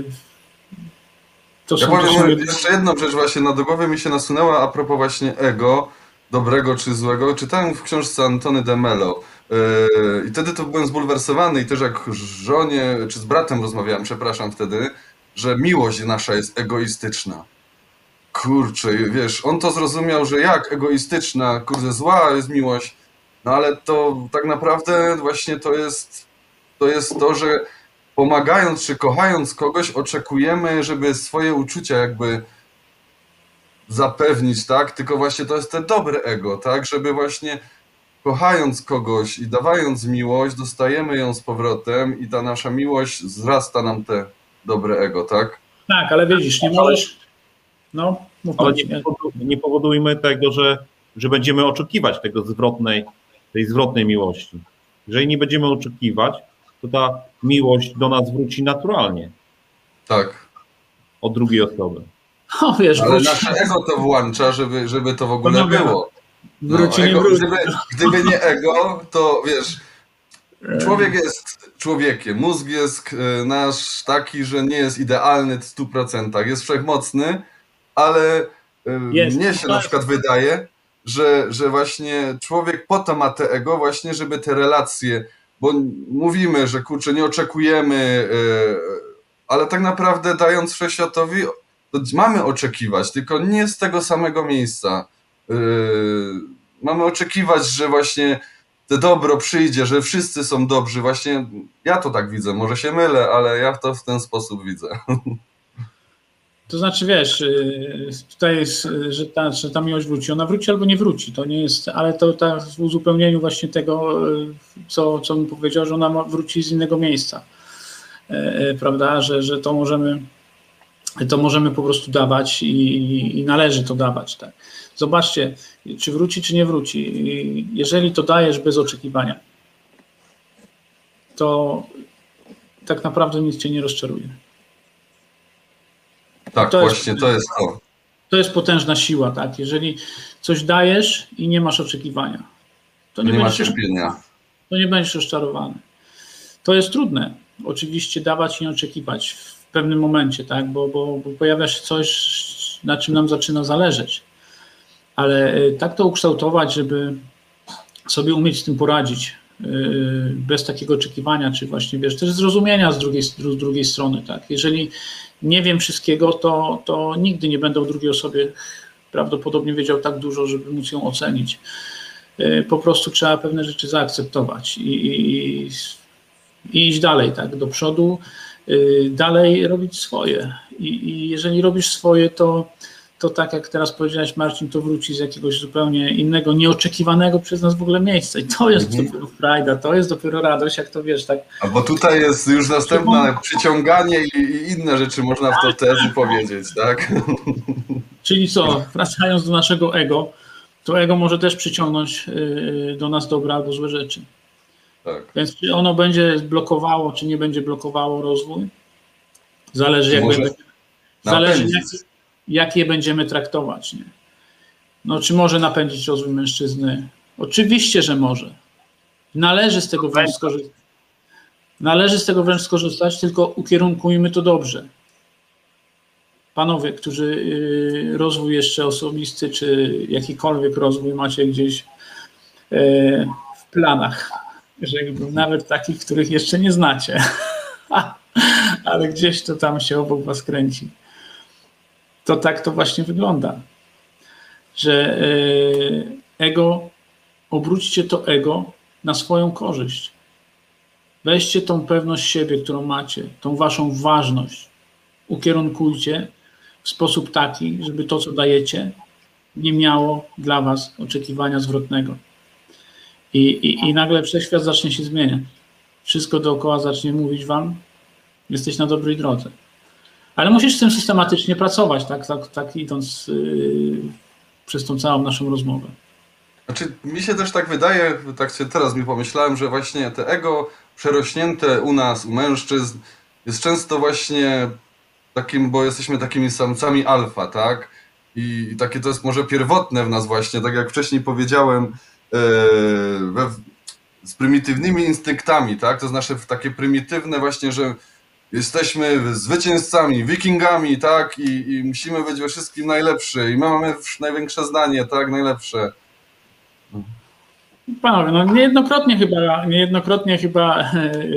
to Ja są, powiem to są... jeszcze jedną rzecz właśnie na do głowy mi się nasunęła a propos właśnie ego, dobrego czy złego. Czytałem w książce Antony de Mello yy, i wtedy to byłem zbulwersowany i też jak żonie, czy z bratem rozmawiałem, przepraszam wtedy, że miłość nasza jest egoistyczna. Kurczę, wiesz, on to zrozumiał, że jak egoistyczna, kurde, zła jest miłość, no ale to tak naprawdę właśnie to jest to, jest to że pomagając czy kochając kogoś, oczekujemy, żeby swoje uczucia jakby zapewnić, tak? Tylko właśnie to jest te dobre ego, tak? Żeby właśnie kochając kogoś i dawając miłość, dostajemy ją z powrotem i ta nasza miłość wzrasta nam te dobre ego, tak? Tak, ale widzisz, nie możesz... No, mów Ale Marcin, nie, powodu, nie powodujmy tego, że, że będziemy oczekiwać tego zwrotnej, tej zwrotnej miłości. Jeżeli nie będziemy oczekiwać, to ta miłość do nas wróci naturalnie Tak. od drugiej osoby. O, wiesz, Ale wróci, nasze ego to włącza, żeby, żeby to w ogóle Panowie, było. No, wróci, nie ego, wróci. gdyby, gdyby nie ego, to wiesz, człowiek jest człowiekiem. Mózg jest e, nasz taki, że nie jest idealny w stu procentach. Jest wszechmocny, ale e, Jest, mnie się tak. na przykład wydaje, że, że właśnie człowiek po to ma te ego, właśnie żeby te relacje, bo mówimy, że kurczę, nie oczekujemy, e, ale tak naprawdę dając wszechświatowi, to mamy oczekiwać, tylko nie z tego samego miejsca. Yy, mamy oczekiwać, że właśnie to dobro przyjdzie, że wszyscy są dobrzy. Właśnie ja to tak widzę, może się mylę, ale ja to w ten sposób widzę. To znaczy, wiesz, yy, tutaj jest, yy, że ta, że ta miłość wróci. Ona wróci albo nie wróci, to nie jest, ale to tak w uzupełnieniu właśnie tego, yy, co, co bym powiedział, że ona ma, wróci z innego miejsca. Yy, prawda, że, że to możemy to możemy po prostu dawać i, i należy to dawać. Tak. Zobaczcie, czy wróci, czy nie wróci. Jeżeli to dajesz bez oczekiwania, to tak naprawdę nic cię nie rozczaruje. Tak, to właśnie jest, to jest to. To jest potężna siła. Tak. Jeżeli coś dajesz i nie masz oczekiwania, to nie, Nie ma będziesz, cierpienia. to nie będziesz rozczarowany. To jest trudne, oczywiście dawać i nie oczekiwać w pewnym momencie, tak? bo, bo, bo pojawia się coś, na czym nam zaczyna zależeć. Ale tak to ukształtować, żeby sobie umieć z tym poradzić, bez takiego oczekiwania, czy właśnie, wiesz, też zrozumienia z drugiej, z drugiej strony, tak? Jeżeli nie wiem wszystkiego, to, to nigdy nie będę o drugiej osobie prawdopodobnie wiedział tak dużo, żeby móc ją ocenić. Po prostu trzeba pewne rzeczy zaakceptować i, i, i iść dalej, tak? Do przodu, dalej robić swoje. I, i jeżeli robisz swoje, to to tak jak teraz powiedziałeś, Marcin, to wróci z jakiegoś zupełnie innego, nieoczekiwanego przez nas w ogóle miejsca. I to jest mhm. dopiero frajda, to jest dopiero radość, jak to wiesz, tak. A bo tutaj jest już następne przyciąganie i, i inne rzeczy można w to tezy powiedzieć, tak? Czyli co, wracając do naszego ego, to ego może też przyciągnąć do nas dobre albo złe rzeczy. Tak. Więc czy ono będzie blokowało, czy nie będzie blokowało rozwój, zależy jak będzie, zależy jak, jak je będziemy traktować. Nie? No, czy może napędzić rozwój mężczyzny? Oczywiście, że może. Należy z tego wręcz skorzystać. Należy z tego wręcz skorzystać, tylko ukierunkujmy to dobrze. Panowie, którzy rozwój jeszcze osobisty, czy jakikolwiek rozwój macie gdzieś w planach, że nawet takich, których jeszcze nie znacie, ale gdzieś to tam się obok was kręci. To tak to właśnie wygląda, że ego, obróćcie to ego na swoją korzyść. Weźcie tą pewność siebie, którą macie, tą waszą ważność, ukierunkujcie w sposób taki, żeby to, co dajecie, nie miało dla was oczekiwania zwrotnego. I, i, i nagle wszechświat zacznie się zmieniać. Wszystko dookoła zacznie mówić wam, jesteś na dobrej drodze. Ale musisz z tym systematycznie pracować, tak, tak, tak idąc yy, przez tą całą naszą rozmowę. Znaczy, mi się też tak wydaje, tak się teraz mi pomyślałem, że właśnie te ego przerośnięte u nas, u mężczyzn, jest często właśnie takim, bo jesteśmy takimi samcami alfa, tak? I, i takie to jest może pierwotne w nas właśnie, tak jak wcześniej powiedziałem, yy, we, z prymitywnymi instynktami, tak? To jest nasze takie prymitywne właśnie, że jesteśmy zwycięzcami, wikingami, tak? I, i musimy być we wszystkim najlepsi i my mamy największe zdanie, tak? Najlepsze. Panowie, no niejednokrotnie chyba, niejednokrotnie chyba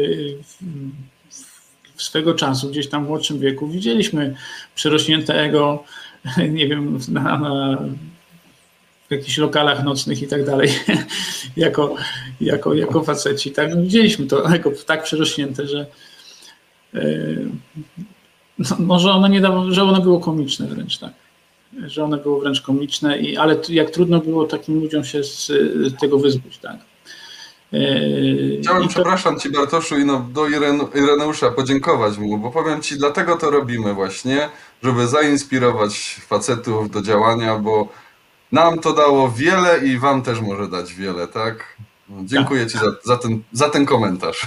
swego czasu, gdzieś tam w młodszym wieku, widzieliśmy przerośnięte ego, nie wiem, na, na w jakichś lokalach nocnych i tak dalej, jako, jako, jako faceci. Tak? No, widzieliśmy to ego tak przerośnięte, że no, może ono nie dało, że ono było komiczne wręcz, tak. Że one było wręcz komiczne, i, ale jak trudno było takim ludziom się z, z tego wyzbyć, tak. Chciałem, I to... przepraszam Ci, Bartoszu, i no, do Iren, Ireneusza podziękować mu, bo powiem Ci, dlatego to robimy właśnie, żeby zainspirować facetów do działania, bo nam to dało wiele i Wam też może dać wiele, tak? No, dziękuję tak. Ci za, za, ten, za ten komentarz.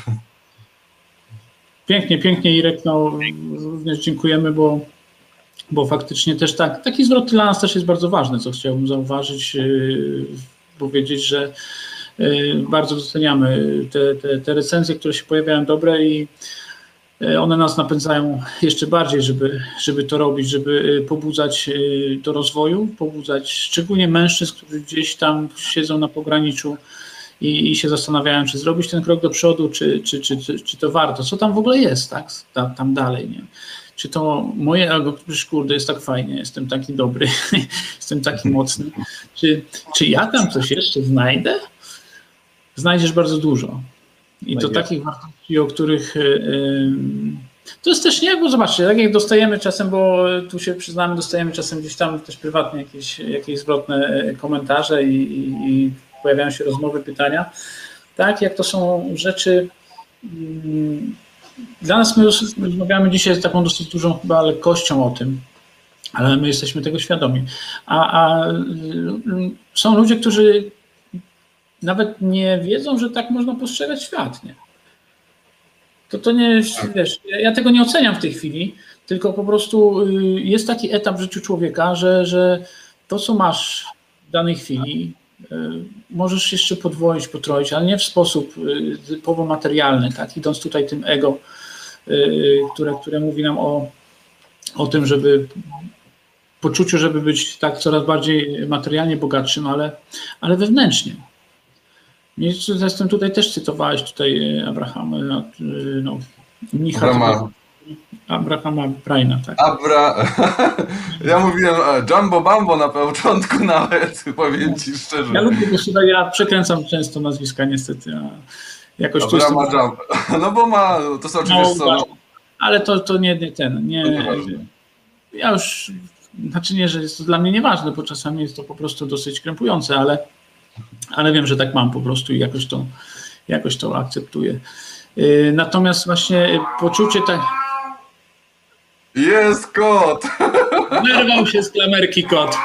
Pięknie, pięknie, Irek, no również dziękujemy, bo Bo faktycznie też tak, taki zwrot dla nas też jest bardzo ważny, co chciałbym zauważyć, yy, powiedzieć, że yy, bardzo doceniamy te, te, te recenzje, które się pojawiają dobre i yy, one nas napędzają jeszcze bardziej, żeby, żeby to robić, żeby pobudzać yy, do rozwoju, pobudzać szczególnie mężczyzn, którzy gdzieś tam siedzą na pograniczu i, i się zastanawiają, czy zrobić ten krok do przodu, czy, czy, czy, czy, czy to warto, co tam w ogóle jest, tak, tam, tam dalej, nie? Czy to moje ego, kurde, jest tak fajnie, jestem taki dobry, jestem taki mocny. Czy, czy ja tam coś jeszcze znajdę? Znajdziesz bardzo dużo. I to takich wartości, o których... Yy, to jest też nie, bo zobaczcie, tak jak dostajemy czasem, bo tu się przyznamy, dostajemy czasem gdzieś tam też prywatnie jakieś, jakieś zwrotne komentarze i, i, i pojawiają się rozmowy, pytania. Tak, jak to są rzeczy... Yy, Dla nas my rozmawiamy dzisiaj z taką dosyć dużą chyba lekkością o tym, ale my jesteśmy tego świadomi. A, a są ludzie, którzy nawet nie wiedzą, że tak można postrzegać świat. Nie? To, to nie, wiesz, ja tego nie oceniam w tej chwili, tylko po prostu jest taki etap w życiu człowieka, że, że to, co masz w danej chwili, możesz jeszcze podwoić, potroić, ale nie w sposób typowo materialny, tak? Idąc tutaj tym ego, które, które mówi nam o, o tym, żeby poczuciu, żeby być tak coraz bardziej materialnie bogatszym, ale, ale wewnętrznie. Zresztą tutaj też cytowałeś tutaj Abrahama, no, mnicha. Abrahama. Abrahama Braina, tak. Abra... Ja mówiłem Jumbo Bambo na początku nawet, powiem Ci szczerze. Ja lubię, bo ja przekręcam często nazwiska niestety, a jakoś Abrahama tu Jumbo. No bo ma, to są oczywiście... No, no. Ale to, to nie, nie ten, nie... Ja już, znaczy nie, że jest to dla mnie nieważne, bo czasami jest to po prostu dosyć krępujące, ale, ale wiem, że tak mam po prostu i jakoś to, jakoś to akceptuję. Natomiast właśnie poczucie tak... Jest kot! Wyrwał się z klamerki kot.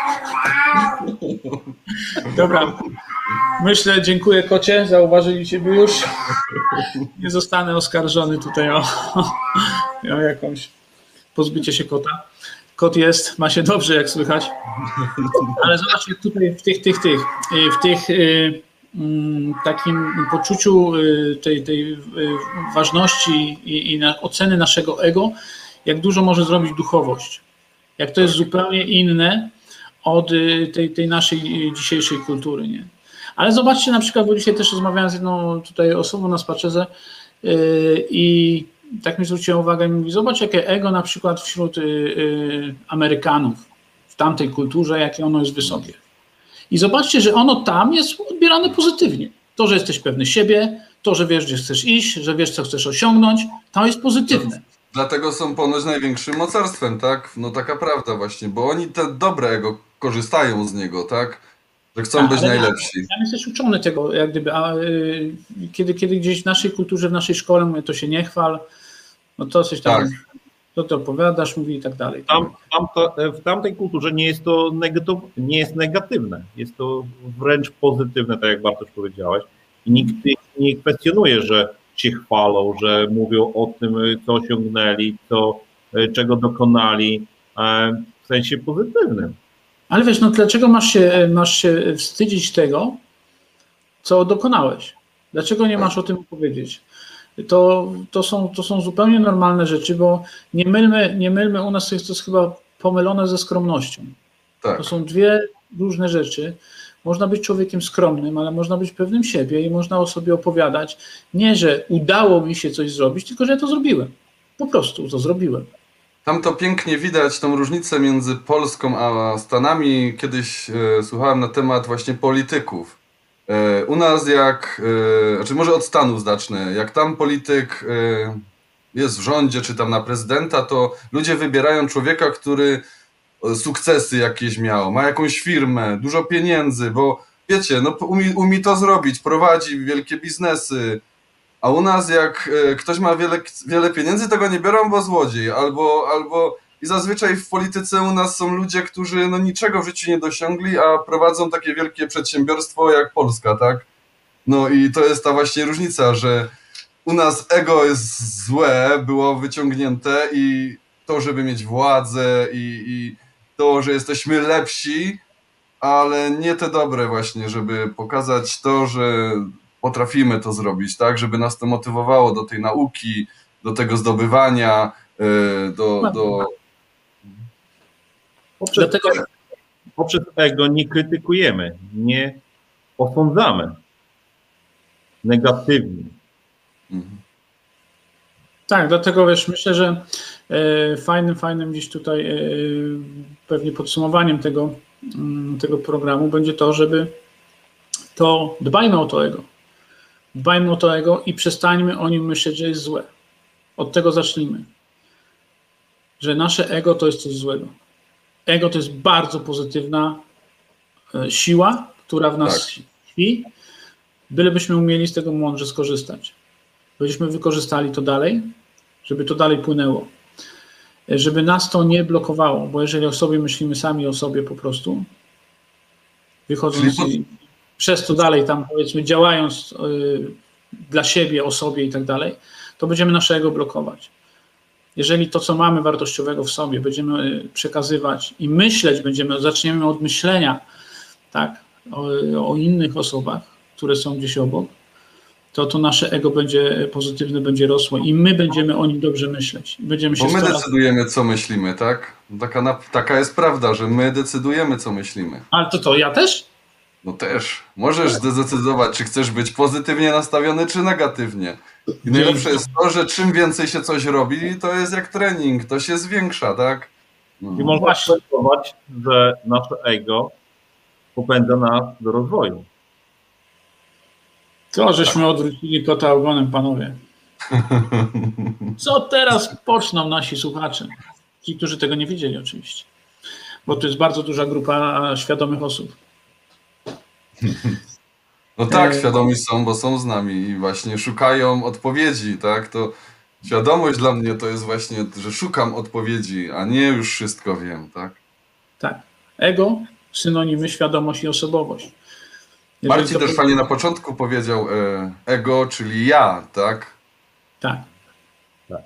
Dobra. Myślę, dziękuję kocie, zauważyli Ciebie już. Nie zostanę oskarżony tutaj o, o jakąś pozbycie się kota. Kot jest, ma się dobrze, jak słychać. Ale zobaczcie, tutaj w tych, tych, tych, w tych takim poczuciu tej, tej ważności i, i oceny naszego ego, jak dużo może zrobić duchowość. Jak to jest zupełnie inne od tej, tej naszej dzisiejszej kultury. Nie? Ale zobaczcie na przykład, bo dzisiaj też rozmawiałem z jedną tutaj osobą na spacerze yy, i tak mi zwróciła uwagę i mówi, zobacz jakie ego na przykład wśród yy, Amerykanów w tamtej kulturze, jakie ono jest wysokie. I zobaczcie, że ono tam jest odbierane pozytywnie. To, że jesteś pewny siebie, to, że wiesz, gdzie chcesz iść, że wiesz, co chcesz osiągnąć, to jest pozytywne. Dlatego są ponoć największym mocarstwem, tak? No taka prawda właśnie, bo oni te dobre ego korzystają z niego, tak? Że chcą być najlepsi. Ja jesteś uczony tego, jak gdyby, a y, kiedy, kiedy gdzieś w naszej kulturze, w naszej szkole mówię, to się nie chwal, no to coś tam, tak. To ty opowiadasz, mówi i tak dalej. Tam, tam to, w tamtej kulturze nie jest to negatyw, nie jest negatywne, jest to wręcz pozytywne, tak jak Bartosz powiedziałeś. I nikt nie kwestionuje, że się chwalą, że mówią o tym, co osiągnęli, co, czego dokonali, w sensie pozytywnym. Ale wiesz, no dlaczego masz się, masz się wstydzić tego, co dokonałeś? Dlaczego nie masz o tym powiedzieć? To, to, są, to są zupełnie normalne rzeczy, bo nie mylmy, nie mylmy, u nas jest to chyba pomylone ze skromnością. Tak. To są dwie różne rzeczy. Można być człowiekiem skromnym, ale można być pewnym siebie i można o sobie opowiadać. Nie, że udało mi się coś zrobić, tylko że ja to zrobiłem. Po prostu to zrobiłem. Tam to pięknie widać, tą różnicę między Polską a Stanami. Kiedyś e, słuchałem na temat właśnie polityków. E, u nas jak, e, znaczy może od Stanów zacznę, jak tam polityk e, jest w rządzie, czy tam na prezydenta, to ludzie wybierają człowieka, który sukcesy jakieś miał, ma jakąś firmę, dużo pieniędzy, bo wiecie, no umie, umie to zrobić, prowadzi wielkie biznesy, a u nas jak ktoś ma wiele, wiele pieniędzy, to go nie biorą, bo złodziej, albo, albo i zazwyczaj w polityce u nas są ludzie, którzy no niczego w życiu nie dosiągli, a prowadzą takie wielkie przedsiębiorstwo jak Polska, tak? No i to jest ta właśnie różnica, że u nas ego jest złe, było wyciągnięte i to, żeby mieć władzę i, i to, że jesteśmy lepsi, ale nie te dobre właśnie, żeby pokazać to, że potrafimy to zrobić, tak, żeby nas to motywowało do tej nauki, do tego zdobywania, do... do... Poprzez, Dlatego... poprzez ego nie krytykujemy, nie osądzamy negatywnie. Mhm. Tak, dlatego wiesz, myślę, że e, fajnym, fajnym gdzieś tutaj e, pewnie podsumowaniem tego, m, tego programu będzie to, żeby to dbajmy o to ego. Dbajmy o to ego i przestańmy o nim myśleć, że jest złe. Od tego zacznijmy. Że nasze ego to jest coś złego. Ego to jest bardzo pozytywna e, siła, która w nas Tak. śpi, bylebyśmy umieli z tego mądrze skorzystać. Byśmy wykorzystali to dalej, żeby to dalej płynęło. Żeby nas to nie blokowało, bo jeżeli o sobie myślimy sami o sobie po prostu, wychodząc Czyli... i przez to dalej tam powiedzmy działając yy, dla siebie, o sobie i tak dalej, to będziemy naszego blokować. Jeżeli to, co mamy wartościowego w sobie, będziemy przekazywać i myśleć będziemy, zaczniemy od myślenia, tak, o, o innych osobach, które są gdzieś obok, to to nasze ego będzie pozytywne, będzie rosło i my będziemy o nim dobrze myśleć. Będziemy się Bo my starać. decydujemy, co myślimy, tak? Taka, na, taka jest prawda, że my decydujemy, co myślimy. Ale to to ja też? No też. Możesz zdecydować, czy chcesz być pozytywnie nastawiony, czy negatywnie. I najlepsze jest to, że czym więcej się coś robi, to jest jak trening, to się zwiększa, tak? No. I można spowodować, że nasze ego popędza nas do rozwoju. To, żeśmy odwrócili kota ogonem, panowie. Co teraz poczną nasi słuchacze? Ci, którzy tego nie widzieli oczywiście. Bo to jest bardzo duża grupa świadomych osób. No tak, świadomi są, bo są z nami i właśnie szukają odpowiedzi, tak? To świadomość dla mnie to jest właśnie, że szukam odpowiedzi, a nie już wszystko wiem, tak? Tak. Ego, synonimy świadomość i osobowość. Jeżeli Marcin to... też fajnie na początku powiedział e, ego, czyli ja, tak? Tak. Tak.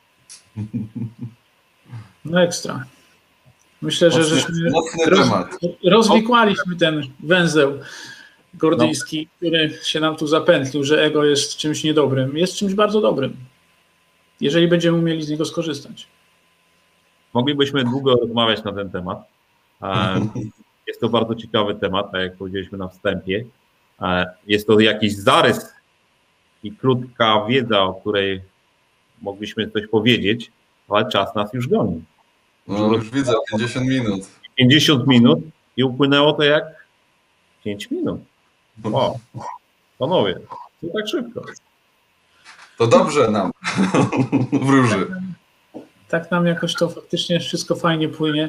No ekstra. Myślę, że Mocny, żeśmy mocny roz, temat. rozwikłaliśmy ten węzeł gordyjski, no. który się nam tu zapętlił, że ego jest czymś niedobrym. Jest czymś bardzo dobrym, jeżeli będziemy umieli z niego skorzystać. Moglibyśmy długo rozmawiać na ten temat. Jest to bardzo ciekawy temat, tak jak powiedzieliśmy na wstępie. Jest to jakiś zarys i krótka wiedza, o której mogliśmy coś powiedzieć, ale czas nas już goni. No już widzę, pięćdziesiąt minut. pięćdziesiąt minut i upłynęło to jak pięć minut. O, panowie, to tak szybko. To dobrze nam wróży. Tak nam jakoś to faktycznie wszystko fajnie płynie.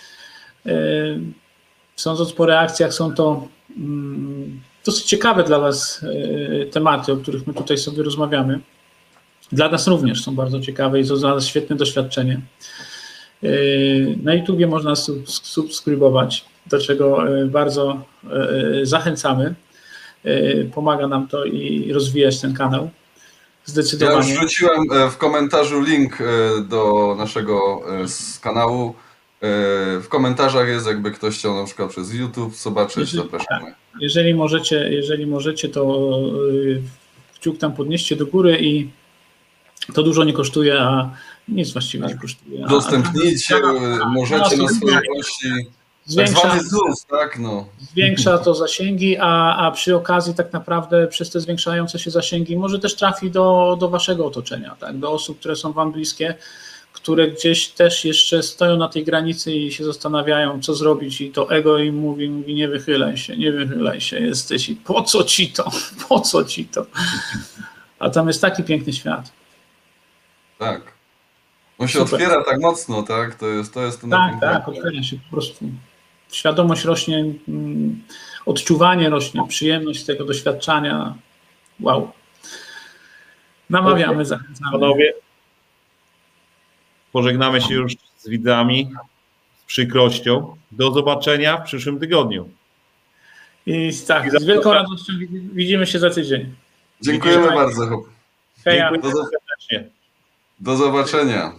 Sądząc po reakcjach, są to dosyć ciekawe dla was tematy, o których my tutaj sobie rozmawiamy. Dla nas również są bardzo ciekawe i to dla nas świetne doświadczenie. Na YouTubie można subskrybować, do czego bardzo zachęcamy. Pomaga nam to i rozwijać ten kanał. Zdecydowanie. Ja już wrzuciłem w komentarzu link do naszego kanału. W komentarzach jest, jakby ktoś chciał na przykład przez YouTube zobaczyć, Jeżeli- zapraszamy. Jeżeli możecie, jeżeli możecie, to y, kciuk tam podnieście do góry i to dużo nie kosztuje, a nic właściwie nie kosztuje. A- Udostępnijcie, a- możecie na a- swojej osi, tak Zwiększa, zwany Z U S, tak? No. zwiększa to zasięgi, a, a przy okazji tak naprawdę przez te zwiększające się zasięgi może też trafi do, do waszego otoczenia, tak? Do osób, które są wam bliskie, które gdzieś też jeszcze stoją na tej granicy i się zastanawiają, co zrobić, i to ego im mówi, mówi nie wychylaj się, nie wychylaj się, jesteś i po co ci to, po co ci to? A tam jest taki piękny świat. Tak. On się Super. otwiera tak mocno, tak? To jest, to jest ten Tak, najpiękniejsze. tak, otwiera się po prostu. Świadomość rośnie, mm, odczuwanie rośnie, przyjemność tego doświadczania. Wow. Namawiamy, zachęcamy. Panowie, pożegnamy się już z widzami z przykrością. Do zobaczenia w przyszłym tygodniu. I tak, z wielką radością widzimy się za tydzień. Dziękujemy Dziękuję. bardzo. Heja. Dziękuję Do, serdecznie. do zobaczenia.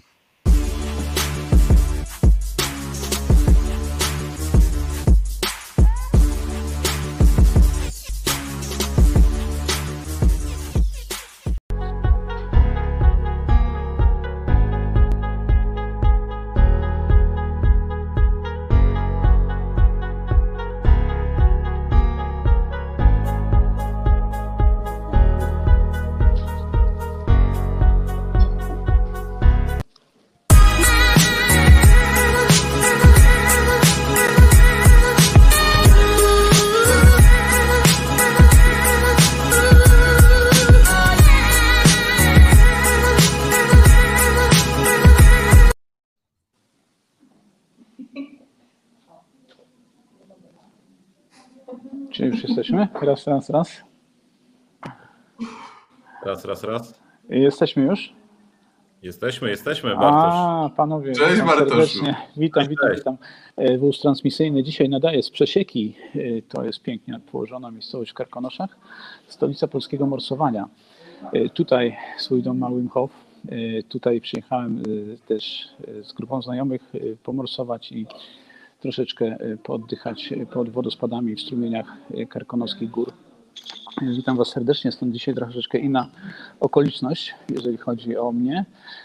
Czy już jesteśmy? Raz, raz, raz. Raz, raz, raz. Jesteśmy już? Jesteśmy, jesteśmy, Bartosz. A, panowie, Cześć, witam Bartoszu. serdecznie. Witam, witam, Cześć. witam. E, Wóz transmisyjny dzisiaj nadaje z Przesieki. E, To jest pięknie położona miejscowość w Karkonoszach, stolica polskiego morsowania. E, Tutaj swój dom ma Wim Hof. E, Tutaj przyjechałem e, też e, z grupą znajomych e, pomorsować i troszeczkę e, pooddychać e, pod wodospadami w strumieniach e, karkonoskich gór. Witam Was serdecznie, stąd dzisiaj troszeczkę inna okoliczność, jeżeli chodzi o mnie.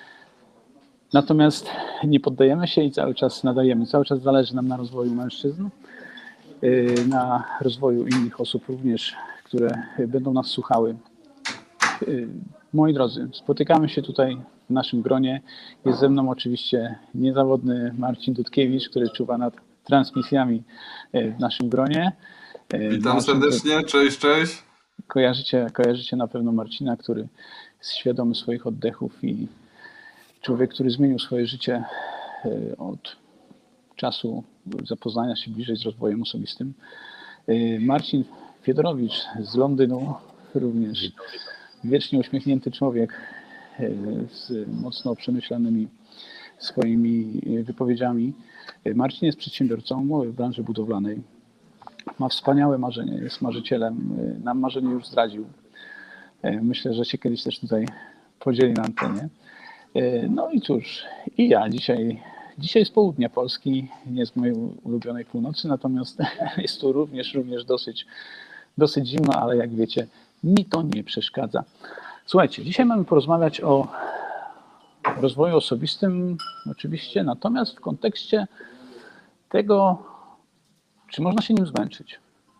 Natomiast nie poddajemy się i cały czas nadajemy. Cały czas zależy nam na rozwoju mężczyzn, yy, na rozwoju innych osób również, które będą nas słuchały. Yy, Moi drodzy, spotykamy się tutaj w naszym gronie. Jest ze mną oczywiście niezawodny Marcin Dudkiewicz, który czuwa nad transmisjami yy, w naszym gronie. Yy, Witam Marcin, serdecznie, cześć, cześć. Kojarzycie, kojarzycie na pewno Marcina, który jest świadomy swoich oddechów i człowiek, który zmienił swoje życie e, od czasu zapoznania się bliżej z rozwojem osobistym. E, Marcin Fiedorowicz z Londynu, również wiecznie uśmiechnięty człowiek e, z mocno przemyślanymi swoimi wypowiedziami. E, Marcin jest przedsiębiorcą w branży budowlanej. Ma wspaniałe marzenie, jest marzycielem, nam marzenie już zdradził. Myślę, że się kiedyś też tutaj podzieli na antenie. No i cóż, i ja dzisiaj, dzisiaj z południa Polski, nie z mojej ulubionej północy, natomiast jest tu również, również dosyć, dosyć zimno, ale jak wiecie, mi to nie przeszkadza. Słuchajcie, dzisiaj mamy porozmawiać o rozwoju osobistym oczywiście, natomiast w kontekście tego, czy można się nim zmęczyć?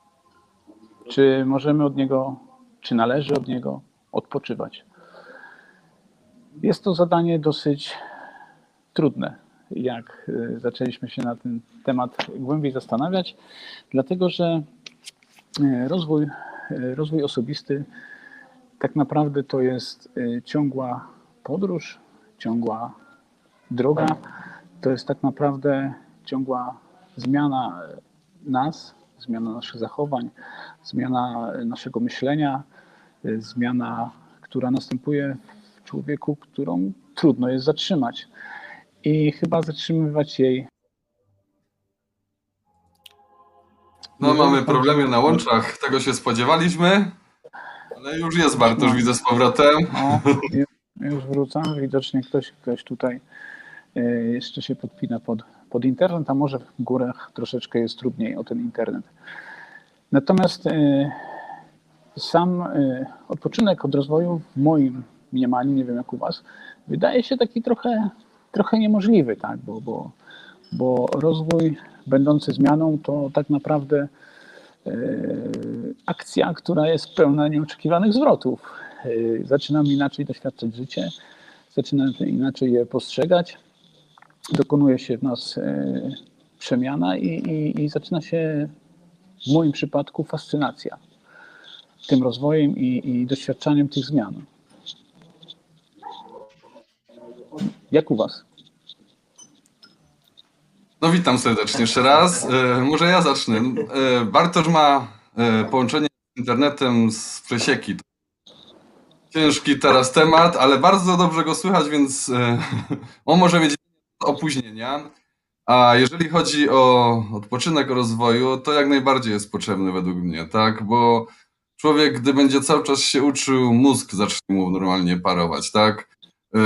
Czy możemy od niego, czy należy od niego odpoczywać? Jest to zadanie dosyć trudne, jak zaczęliśmy się na ten temat głębiej zastanawiać, dlatego że rozwój, rozwój osobisty tak naprawdę to jest ciągła podróż, ciągła droga, to jest tak naprawdę ciągła zmiana nas, zmiana naszych zachowań, zmiana naszego myślenia, zmiana, która następuje w człowieku, którą trudno jest zatrzymać. I chyba zatrzymywać jej. No mamy problemy na łączach, tego się spodziewaliśmy, ale już jest Bartosz, No. widzę z powrotem. O, już wrócam, widocznie ktoś, ktoś tutaj jeszcze się podpina pod, pod internet, a może w górach troszeczkę jest trudniej o ten internet. Natomiast sam odpoczynek od rozwoju w moim mniemaniu, nie wiem jak u was, wydaje się taki trochę, trochę niemożliwy, tak? bo, bo, bo rozwój będący zmianą to tak naprawdę akcja, która jest pełna nieoczekiwanych zwrotów. Zaczynamy inaczej doświadczać życie, zaczynamy inaczej je postrzegać, dokonuje się w nas przemiana i, i, i zaczyna się w moim przypadku fascynacja tym rozwojem i, i doświadczaniem tych zmian. Jak u was? No witam serdecznie jeszcze raz. E, może ja zacznę. E, Bartosz ma e, połączenie z internetem z przesieki. Ciężki teraz temat, ale bardzo dobrze go słychać, więc e, on może mieć opóźnienia. A jeżeli chodzi o odpoczynek, o rozwoju, to jak najbardziej jest potrzebny według mnie, tak? Bo człowiek, gdy będzie cały czas się uczył, mózg zacznie mu normalnie parować, tak?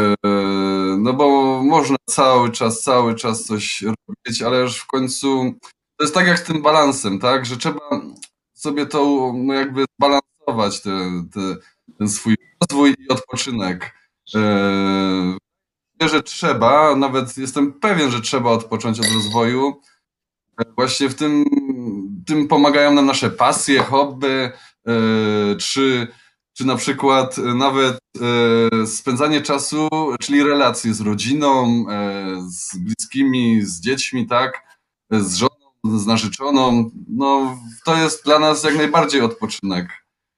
No bo można cały czas, cały czas coś robić, ale już w końcu to jest tak jak z tym balansem, tak? Że trzeba sobie to no jakby zbalansować, te, te, ten swój rozwój i odpoczynek. Myślę, że trzeba, nawet jestem pewien, że trzeba odpocząć od rozwoju. Właśnie w tym, tym pomagają nam nasze pasje, hobby, czy, czy na przykład nawet spędzanie czasu, czyli relacje z rodziną, z bliskimi, z dziećmi, tak, z żoną, z narzeczoną. No, to jest dla nas jak najbardziej odpoczynek.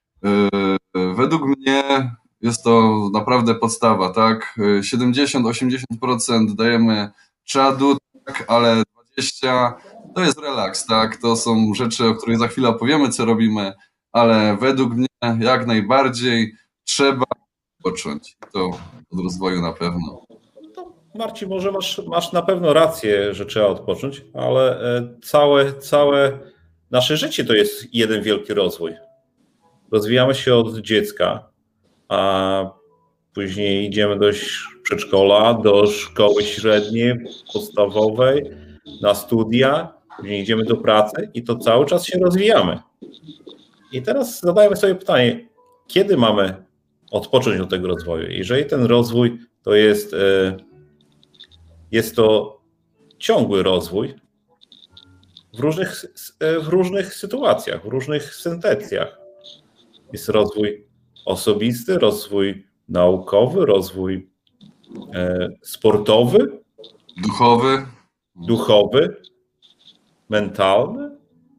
Według mnie jest to naprawdę podstawa, tak? siedemdziesiąt do osiemdziesięciu procent dajemy czadu, tak, ale dwadzieścia procent to jest relaks, tak? To są rzeczy, o których za chwilę opowiemy, co robimy, ale według mnie jak najbardziej trzeba odpocząć. To od rozwoju na pewno. Marcin, może masz, masz na pewno rację, że trzeba odpocząć, ale całe, całe nasze życie to jest jeden wielki rozwój. Rozwijamy się od dziecka, a później idziemy do przedszkola, do szkoły średniej, podstawowej, na studia, później idziemy do pracy i to cały czas się rozwijamy. I teraz zadajmy sobie pytanie, kiedy mamy odpocząć od tego rozwoju? Jeżeli ten rozwój to jest, jest to ciągły rozwój w różnych, w różnych sytuacjach, w różnych sentencjach. Jest rozwój osobisty, rozwój naukowy, rozwój sportowy, duchowy, duchowy, mentalny.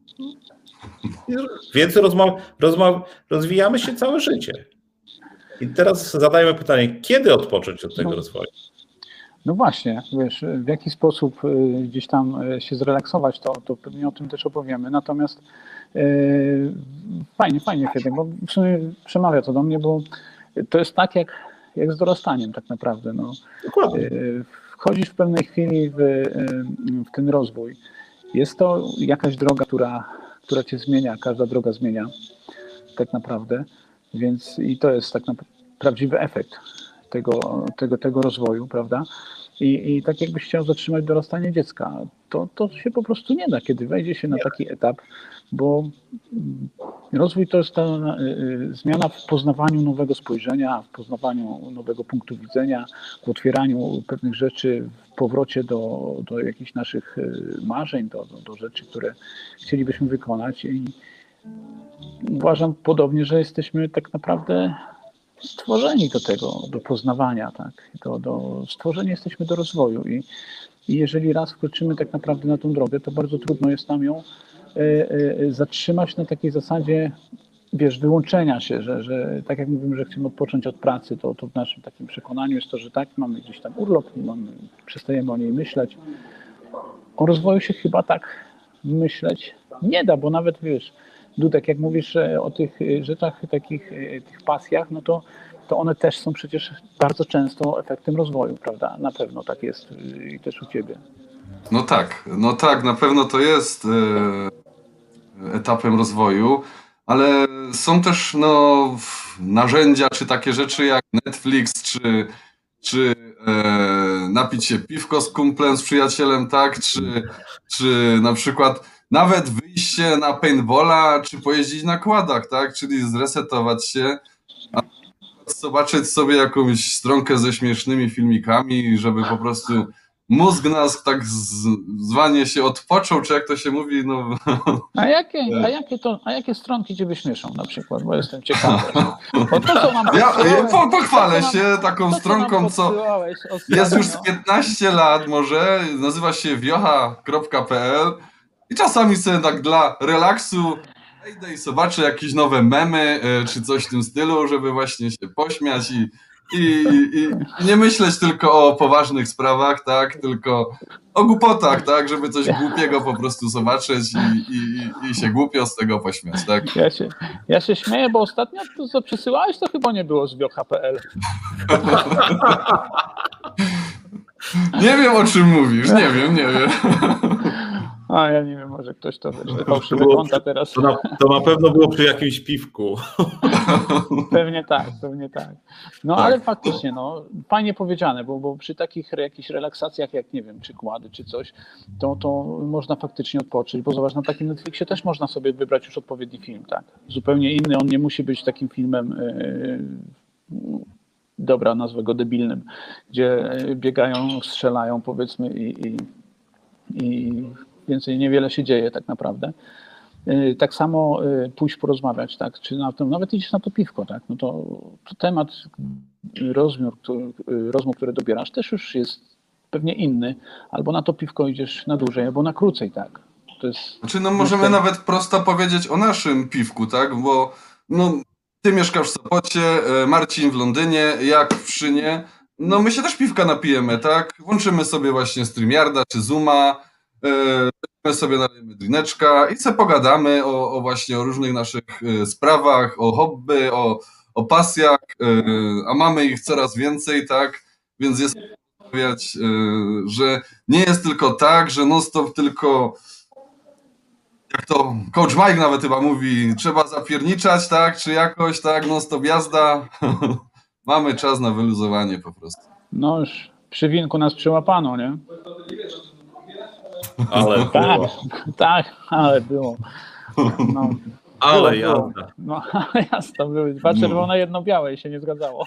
Więc rozma- rozma- rozwijamy się całe życie. I teraz zadajmy pytanie, kiedy odpocząć od tego no, rozwoju? No właśnie, wiesz, w jaki sposób gdzieś tam się zrelaksować, to, to pewnie o tym też opowiemy. Natomiast yy, fajnie, fajnie kiedy, bo w sumie przemawia to do mnie, bo to jest tak jak, jak z dorastaniem tak naprawdę. No. Dokładnie. Yy, wchodzisz w pewnej chwili w, w ten rozwój. Jest to jakaś droga, która, która cię zmienia, każda droga zmienia tak naprawdę, więc i to jest tak naprawdę prawdziwy efekt tego, tego, tego rozwoju, prawda? I, I tak jakbyś chciał zatrzymać dorastanie dziecka, to, to się po prostu nie da, kiedy wejdzie się na taki etap, bo rozwój to jest ta y, zmiana w poznawaniu nowego spojrzenia, w poznawaniu nowego punktu widzenia, w otwieraniu pewnych rzeczy, w powrocie do, do jakichś naszych marzeń, do, do, do rzeczy, które chcielibyśmy wykonać. I uważam podobnie, że jesteśmy tak naprawdę stworzeni do tego, do poznawania, tak, do, do stworzeni jesteśmy do rozwoju i, i jeżeli raz wkroczymy tak naprawdę na tą drogę, to bardzo trudno jest nam ją y, y, zatrzymać na takiej zasadzie, wiesz, wyłączenia się, że, że tak jak mówimy, że chcemy odpocząć od pracy, to, to w naszym takim przekonaniu jest to, że tak, mamy gdzieś tam urlop, mamy, przestajemy o niej myśleć. O rozwoju się chyba tak myśleć nie da, bo nawet wiesz, Dudek, jak mówisz o tych rzeczach, takich tych pasjach, no to, to one też są przecież bardzo często efektem rozwoju, prawda? Na pewno tak jest i też u ciebie. No tak, no tak, na pewno to jest e, etapem rozwoju, ale są też no, narzędzia, czy takie rzeczy jak Netflix, czy, czy e, napić się piwko z kumplem, z przyjacielem, tak? Czy, czy na przykład nawet wyjście na paintballa, czy pojeździć na kładach, tak? Czyli zresetować się, a zobaczyć sobie jakąś stronkę ze śmiesznymi filmikami, żeby po prostu mózg nas tak z, zwanie się odpoczął, czy jak to się mówi, no... A jakie, a jakie, to, a jakie stronki ciebie śmieszą na przykład, bo jestem ciekawy. Bo to, co nam Ja, ja po, pochwalę to, co się nam, taką to, co stronką, nam co podsyłałeś ostatnio. jest już z piętnaście lat może, nazywa się wiocha kropka p l i czasami sobie tak dla relaksu wejdę i zobaczę jakieś nowe memy, czy coś w tym stylu, żeby właśnie się pośmiać i, i, i nie myśleć tylko o poważnych sprawach, tak, tylko o głupotach, tak, żeby coś głupiego po prostu zobaczyć i, i, i się głupio z tego pośmiać, tak. Ja się, ja się śmieję, bo ostatnio to, co przesyłałeś, to chyba nie było z wiocha kropka p l. Nie wiem, o czym mówisz, nie wiem, nie wiem. A ja nie wiem, może ktoś to wiesz, te fałszywe To było- konta teraz. To na, to na pewno było przy jakimś piwku. Pewnie tak, pewnie tak. No Tak. ale faktycznie, no, fajnie powiedziane, bo, bo przy takich re- jakichś relaksacjach, jak nie wiem, czy kłady, czy coś, to, to można faktycznie odpocząć, bo zobacz, na takim Netflixie też można sobie wybrać już odpowiedni film, tak? Zupełnie inny, on nie musi być takim filmem, yy, dobra, nazwę go debilnym, gdzie biegają, strzelają, powiedzmy, i, i, i więcej niewiele się dzieje tak naprawdę. Tak samo pójść porozmawiać, tak? Czy na to, nawet idziesz na to piwko, tak? No to, to temat rozmów, rozmów, które dobierasz, też już jest pewnie inny. Albo na to piwko idziesz na dłużej, albo na krócej, tak? To jest, Znaczy, no możemy myślę, nawet prosto powiedzieć o naszym piwku, tak? Bo no, ty mieszkasz w Sopocie, Marcin w Londynie, jak w Pszczynie. No my się też piwka napijemy, tak? Włączymy sobie właśnie StreamYarda czy Zooma, weźmiemy sobie nalejemy drineczka i sobie pogadamy o, o właśnie o różnych naszych sprawach, o hobby, o, o pasjach, a mamy ich coraz więcej, tak? Więc jest powiedzieć, że nie jest tylko tak, że non stop tylko, jak to coach Mike nawet chyba mówi, trzeba zapierniczać, tak? Czy jakoś, tak? Non stop jazda. Mamy czas na wyluzowanie po prostu. no już przy winku nas przyłapano, nie? Ale Tak, było. tak, ale było. No, Ale było, było. jazda. No, ale jasno, były dwa czerwone, jedno białe i się nie zgadzało.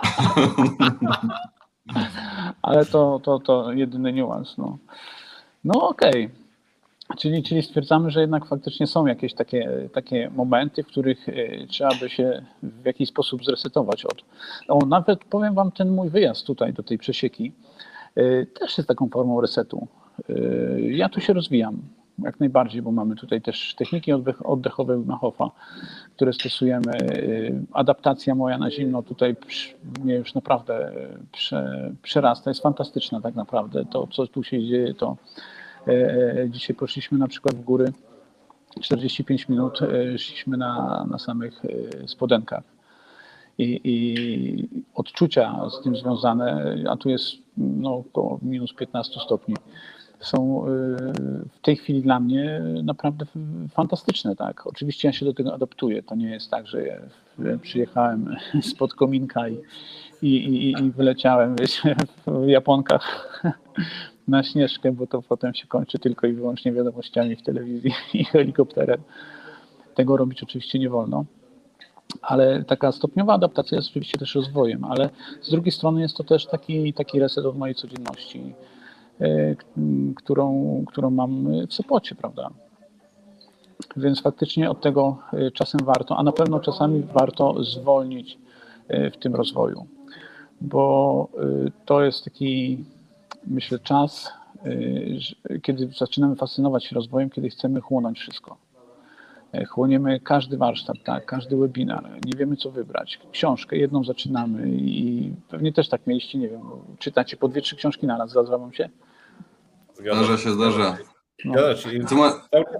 Ale to, to, to jedyny niuans. No, no okej. Czyli, czyli stwierdzamy, że jednak faktycznie są jakieś takie, takie momenty, w których y, trzeba by się w jakiś sposób zresetować od. O, nawet powiem wam, ten mój wyjazd tutaj do tej Przesieki y, też jest taką formą resetu. Y, ja tu się rozwijam jak najbardziej, bo mamy tutaj też techniki oddech, oddechowe Wim Hofa, które stosujemy. Y, adaptacja moja na zimno tutaj przy, mnie już naprawdę prze, przerasta. Jest fantastyczna tak naprawdę. To, co tu się dzieje, to dzisiaj poszliśmy na przykład w góry, czterdzieści pięć minut szliśmy na, na samych spodenkach i, i odczucia z tym związane, a tu jest no, około minus piętnaście stopni, są w tej chwili dla mnie naprawdę fantastyczne. Tak? Oczywiście ja się do tego adaptuję. To nie jest tak, że ja przyjechałem spod kominka i, i, i, i wyleciałem wiecie, w japonkach na Śnieżkę, bo to potem się kończy tylko i wyłącznie wiadomościami w telewizji i helikopterem. Tego robić oczywiście nie wolno, ale taka stopniowa adaptacja jest oczywiście też rozwojem, ale z drugiej strony jest to też taki, taki reset od mojej codzienności, którą, którą mam w Sopocie, prawda? Więc faktycznie od tego czasem warto, a na pewno czasami warto zwolnić w tym rozwoju, bo to jest taki, myślę, czas, kiedy zaczynamy fascynować się rozwojem, kiedy chcemy chłonąć wszystko. Chłoniemy każdy warsztat, tak, każdy webinar, nie wiemy co wybrać. Książkę jedną zaczynamy i pewnie też tak mieliście, nie wiem, czytacie po dwie, trzy książki naraz, zdarza wam się? Zdarza się, zdarza. Zgadza się. I Co ma...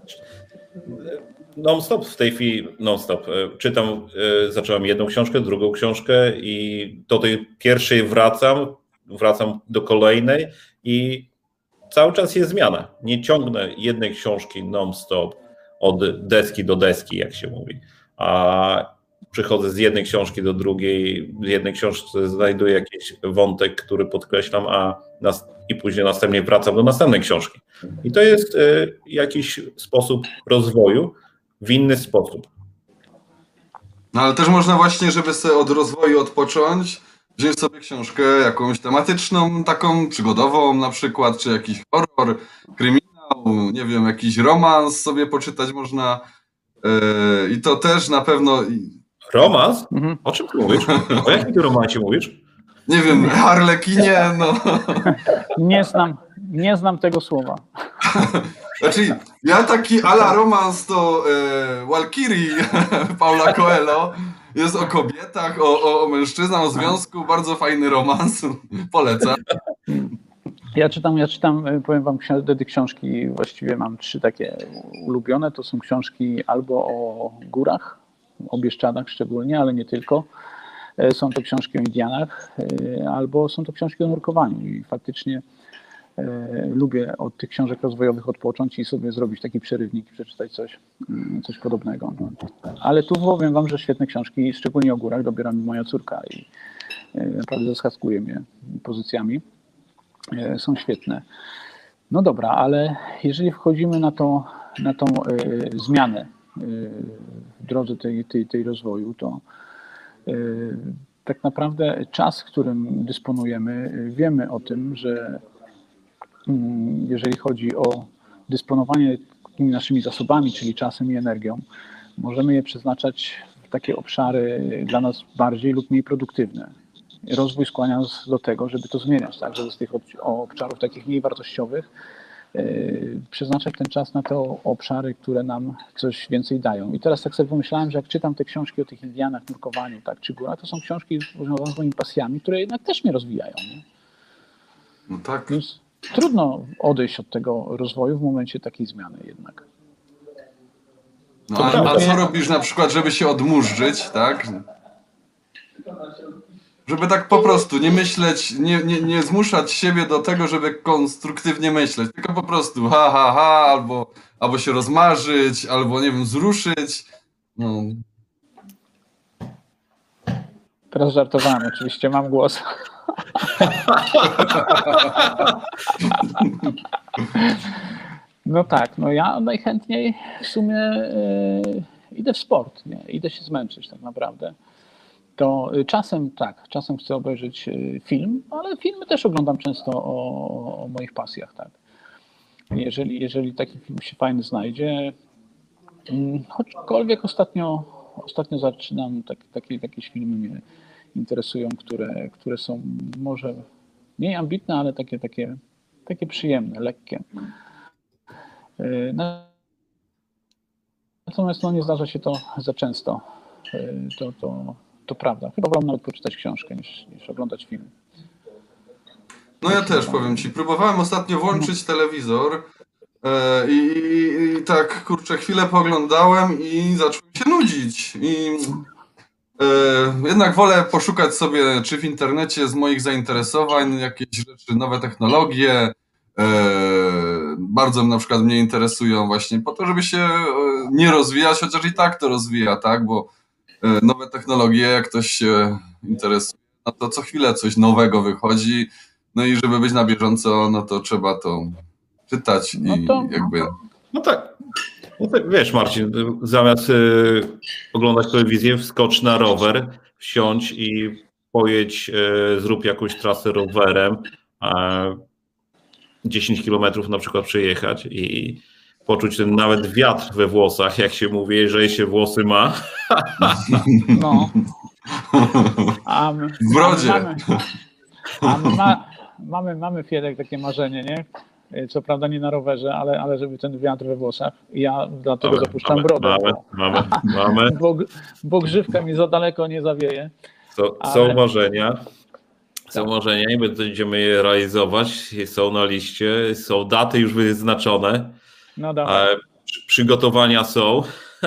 Non-stop w tej chwili, non-stop. Czytam, zacząłem jedną książkę, drugą książkę i do tej pierwszej wracam, wracam do kolejnej i cały czas jest zmiana. Nie ciągnę jednej książki non-stop od deski do deski, jak się mówi. A przechodzę z jednej książki do drugiej, w jednej książce znajduję jakiś wątek, który podkreślam, a nas, i później następnie wracam do następnej książki. I to jest y, jakiś sposób rozwoju w inny sposób. No ale też można właśnie, żeby sobie od rozwoju odpocząć, wziąć sobie książkę jakąś tematyczną, taką przygodową na przykład, czy jakiś horror, kryminał, nie wiem, jakiś romans sobie poczytać można. Yy, I to też na pewno... Romans? Mhm. O czym ty mówisz? O jakim ty romansie mówisz? Nie wiem, Harlekinie, no... Nie znam, nie znam tego słowa. Znaczy, ja taki ala romans to e, Walkiri Paula Coelho. Jest o kobietach, o, o, o mężczyznach, o związku. Bardzo fajny romans. Polecam. Ja czytam, ja czytam, powiem wam, wtedy książki, właściwie mam trzy takie ulubione. To są książki albo o górach, o Bieszczadach szczególnie, ale nie tylko. Są to książki o Indianach, albo są to książki o nurkowaniu. I faktycznie lubię od tych książek rozwojowych odpocząć i sobie zrobić taki przerywnik i przeczytać coś, coś podobnego. Ale tu powiem wam, że świetne książki, szczególnie o górach, dobiera mi moja córka i naprawdę zaskakuję mnie pozycjami. Są świetne. No dobra, ale jeżeli wchodzimy na, to, na tą y, zmianę y, w drodze tej, tej, tej rozwoju, to y, tak naprawdę czas, którym dysponujemy, wiemy o tym, że y, jeżeli chodzi o dysponowanie takimi naszymi zasobami, czyli czasem i energią, możemy je przeznaczać w takie obszary dla nas bardziej lub mniej produktywne. Rozwój skłania nas do tego, żeby to zmieniać, tak? Żeby z tych obszarów takich mniej wartościowych yy, przeznaczać ten czas na te obszary, które nam coś więcej dają. I teraz tak sobie pomyślałem, że jak czytam te książki o tych Indianach, nurkowaniu, tak, czy górach, to są książki związane z moimi pasjami, które jednak też mnie rozwijają. Nie? No tak. Więc trudno odejść od tego rozwoju w momencie takiej zmiany jednak. No, a, a co robisz na przykład, żeby się odmurzyć, tak? Żeby tak po prostu nie myśleć, nie, nie, nie zmuszać siebie do tego, żeby konstruktywnie myśleć, tylko po prostu ha, ha, ha, albo, albo się rozmarzyć, albo nie wiem, wzruszyć. No. Teraz żartowałem, oczywiście mam głos. No tak, no ja najchętniej w sumie yy, idę w sport, nie? Idę się zmęczyć tak naprawdę. To czasem tak, czasem chcę obejrzeć film, ale filmy też oglądam często o, o moich pasjach, tak. Jeżeli, jeżeli taki film się fajny znajdzie, choćkolwiek ostatnio, ostatnio zaczynam, tak, takie, jakieś filmy mnie interesują, które, które są może mniej ambitne, ale takie, takie, takie przyjemne, lekkie. Natomiast no, nie zdarza się to za często. To, to, to prawda. Chyba wolę nawet poczytać książkę niż, niż oglądać film. No ja też powiem ci, próbowałem ostatnio włączyć telewizor e, i, i, i tak kurczę chwilę poglądałem i zacząłem się nudzić. I e, jednak wolę poszukać sobie czy w internecie z moich zainteresowań jakieś rzeczy, nowe technologie. E, bardzo na przykład mnie interesują właśnie po to, żeby się e, nie rozwijać, chociaż i tak to rozwija, tak, bo nowe technologie, jak ktoś się interesuje, no to co chwilę coś nowego wychodzi, no i żeby być na bieżąco, no to trzeba to czytać no i to... jakby... No tak. No tak, wiesz Marcin, zamiast y, oglądać telewizję, wskocz na rower, wsiądź i pojedź, y, zrób jakąś trasę rowerem, y, dziesięć kilometrów na przykład przejechać i poczuć ten nawet wiatr we włosach, jak się mówi, jeżeli się włosy ma. No. A my, w brodzie. A my mamy, a my ma, mamy, mamy Fiedek takie marzenie, nie? Co prawda nie na rowerze, ale, ale żeby ten wiatr we włosach. Ja dlatego mamy, zapuszczam mamy, brodę, mamy, bo, mamy, mamy. Bo, bo grzywka mi za daleko nie zawieje. So, ale... Są marzenia. Są marzenia i będziemy je realizować. Są na liście, są daty już wyznaczone. No dawaj. Przygotowania są.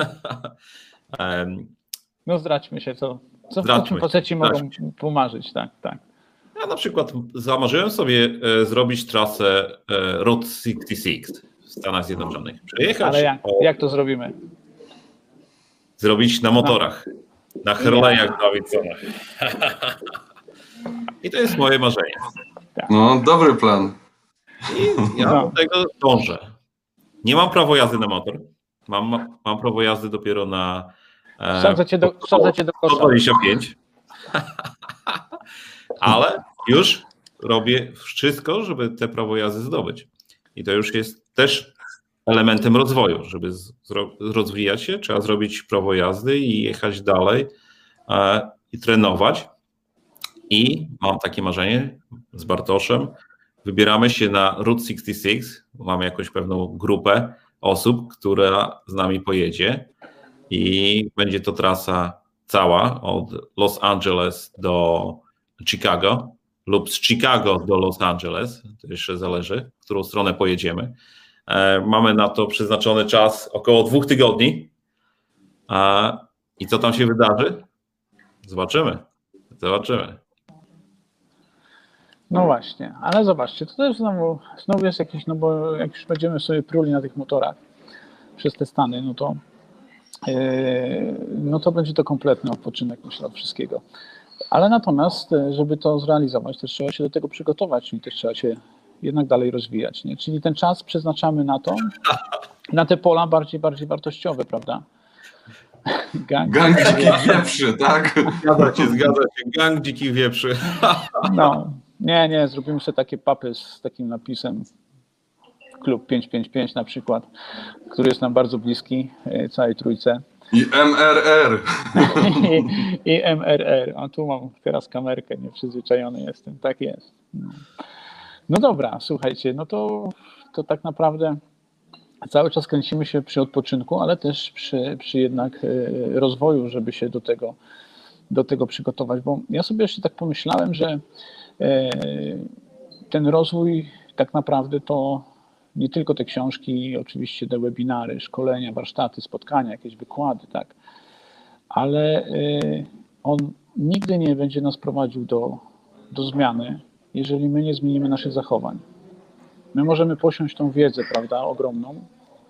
No zdradźmy się, co, co zdradźmy w faceci się, mogą tak. pomarzyć, tak, tak. Ja na przykład zamarzyłem sobie e, zrobić trasę e, Route sześćdziesiąt sześć w Stanach Zjednoczonych. Przejechać. Ale jak, o, jak to zrobimy? Zrobić na motorach. Na Harley'ach Davidsona. I to jest moje marzenie. No, dobry plan. I ja do tego dążę. Nie mam prawo jazdy na motor. Mam, mam prawo jazdy dopiero na e, Wsadzę cię do, wsadzę cię do kosza. sto dwadzieścia pięć. Ale już robię wszystko, żeby te prawo jazdy zdobyć. I to już jest też elementem rozwoju. Żeby z, rozwijać się, trzeba zrobić prawo jazdy i jechać dalej e, i trenować. I mam takie marzenie z Bartoszem. Wybieramy się na Route sześćdziesiąt sześć. Mamy jakąś pewną grupę osób, która z nami pojedzie. I będzie to trasa cała od Los Angeles do Chicago lub z Chicago do Los Angeles. To jeszcze zależy, w którą stronę pojedziemy. Mamy na to przeznaczony czas około dwóch tygodni. I co tam się wydarzy? Zobaczymy. Zobaczymy. No właśnie, ale zobaczcie, to też znowu, znowu jest jakieś, no bo jak już będziemy sobie pruli na tych motorach przez te Stany, no to yy, no to będzie to kompletny odpoczynek, myślę, od wszystkiego. Ale natomiast, żeby to zrealizować, też trzeba się do tego przygotować, czyli też trzeba się jednak dalej rozwijać, nie? Czyli ten czas przeznaczamy na to, na te pola bardziej, bardziej wartościowe, prawda? Gang, Gang dzikich wieprzy, tak? Zgadza się, zgadza się. Gang dzikich wieprzy. No, nie, nie, zrobimy sobie takie papy z takim napisem Klub pięćset pięćdziesiąt pięć na przykład, który jest nam bardzo bliski, całej trójce. I M R R. I, I M R R. A tu mam teraz kamerkę, nieprzyzwyczajony jestem. Tak jest. No, no dobra, słuchajcie, no to, to tak naprawdę cały czas kręcimy się przy odpoczynku, ale też przy, przy jednak rozwoju, żeby się do tego, do tego przygotować. Bo ja sobie jeszcze tak pomyślałem, że ten rozwój tak naprawdę to nie tylko te książki, oczywiście te webinary, szkolenia, warsztaty, spotkania, jakieś wykłady, tak, ale on nigdy nie będzie nas prowadził do, do zmiany, jeżeli my nie zmienimy naszych zachowań. My możemy posiąść tą wiedzę, prawda, ogromną,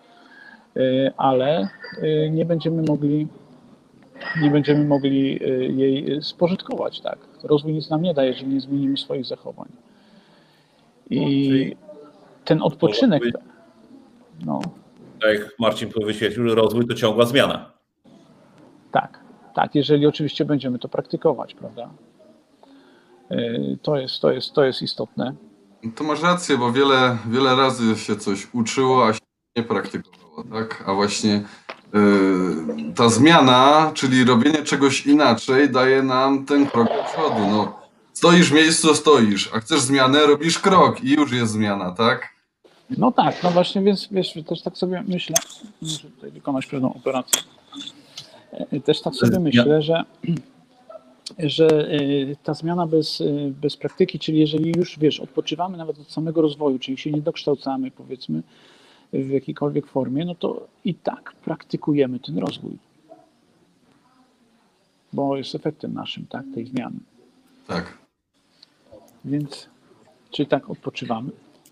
ale nie będziemy mogli, nie będziemy mogli jej spożytkować, tak. Rozwój nic nam nie da, jeżeli nie zmienimy swoich zachowań. I ten odpoczynek, no. Tak jak Marcin wyświetlił, rozwój to ciągła zmiana. Tak, tak, jeżeli oczywiście będziemy to praktykować, prawda. To jest, to jest, to jest istotne. To masz rację, bo wiele, wiele razy się coś uczyło, a się nie praktykowało, tak? A właśnie yy, ta zmiana, czyli robienie czegoś inaczej, daje nam ten krok do przodu. No, stoisz w miejscu, stoisz, a chcesz zmianę, robisz krok i już jest zmiana, tak? No tak, no właśnie, więc wiesz, też tak sobie myślę, muszę tutaj wykonać pewną operację. Też tak sobie myślę, że że ta zmiana bez, bez praktyki, czyli jeżeli już, wiesz, odpoczywamy nawet od samego rozwoju, czyli się nie dokształcamy, powiedzmy, w jakiejkolwiek formie, no to i tak praktykujemy ten rozwój. Bo jest efektem naszym, tak, tej zmiany. Tak. Więc, czyli tak odpoczywamy.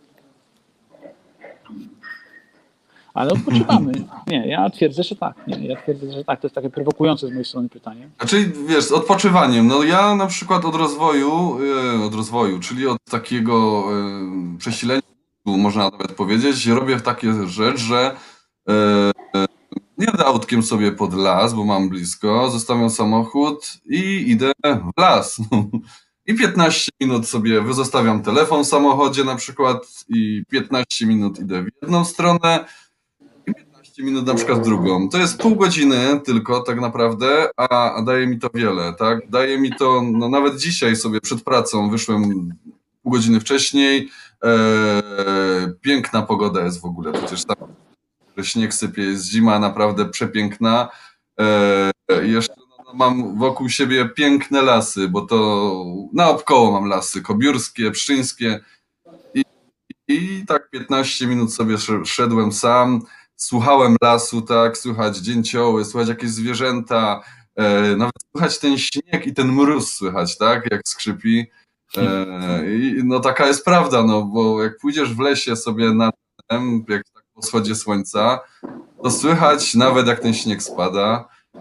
Ale odpoczywamy. Nie, ja twierdzę, że tak. Nie, ja twierdzę, że tak. To jest takie prowokujące z mojej strony pytanie. Znaczy, wiesz, z odpoczywaniem. No ja na przykład od rozwoju, od rozwoju, czyli od takiego przesilenia, można nawet powiedzieć, robię takie rzecz, że nie jadę autkiem sobie pod las, bo mam blisko, zostawiam samochód i idę w las. I piętnaście minut sobie wyzostawiam telefon w samochodzie na przykład i piętnaście minut idę w jedną stronę, minut na przykład drugą. To jest pół godziny tylko tak naprawdę, a, a daje mi to wiele, tak? Daje mi to, no nawet dzisiaj sobie przed pracą wyszłem pół godziny wcześniej. E, piękna pogoda jest w ogóle, przecież tam śnieg sypie, jest zima naprawdę przepiękna. E, jeszcze no, mam wokół siebie piękne lasy, bo to naokoło mam lasy kobiórskie, pszczyńskie i, i tak piętnaście minut sobie szedłem sam. Słuchałem lasu, tak, słychać dzięcioły, słychać jakieś zwierzęta, e, nawet słychać ten śnieg i ten mróz słychać, tak, jak skrzypi. E, I no taka jest prawda, no bo jak pójdziesz w lesie sobie na ten, jak tak po wschodzie słońca, to słychać nawet jak ten śnieg spada.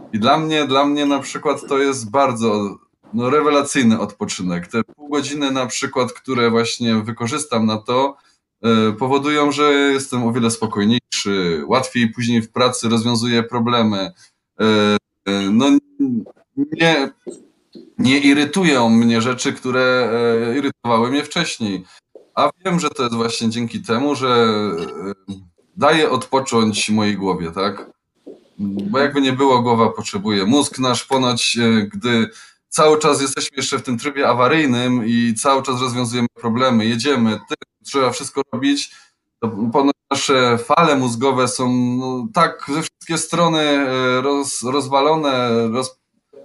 I dla mnie, dla mnie na przykład to jest bardzo no, rewelacyjny odpoczynek. Te pół godziny na przykład, które właśnie wykorzystam na to, yy, powodują, że jestem o wiele spokojniejszy, łatwiej później w pracy rozwiązuję problemy. Yy, yy, no nie, nie irytują mnie rzeczy, które yy, irytowały mnie wcześniej. A wiem, że to jest właśnie dzięki temu, że yy, daje odpocząć mojej głowie, tak? Bo jakby nie było, głowa potrzebuje. Mózg nasz ponoć, gdy cały czas jesteśmy jeszcze w tym trybie awaryjnym i cały czas rozwiązujemy problemy, jedziemy, trzeba wszystko robić, to ponoć nasze fale mózgowe są no, tak ze wszystkie strony roz, rozwalone, roz,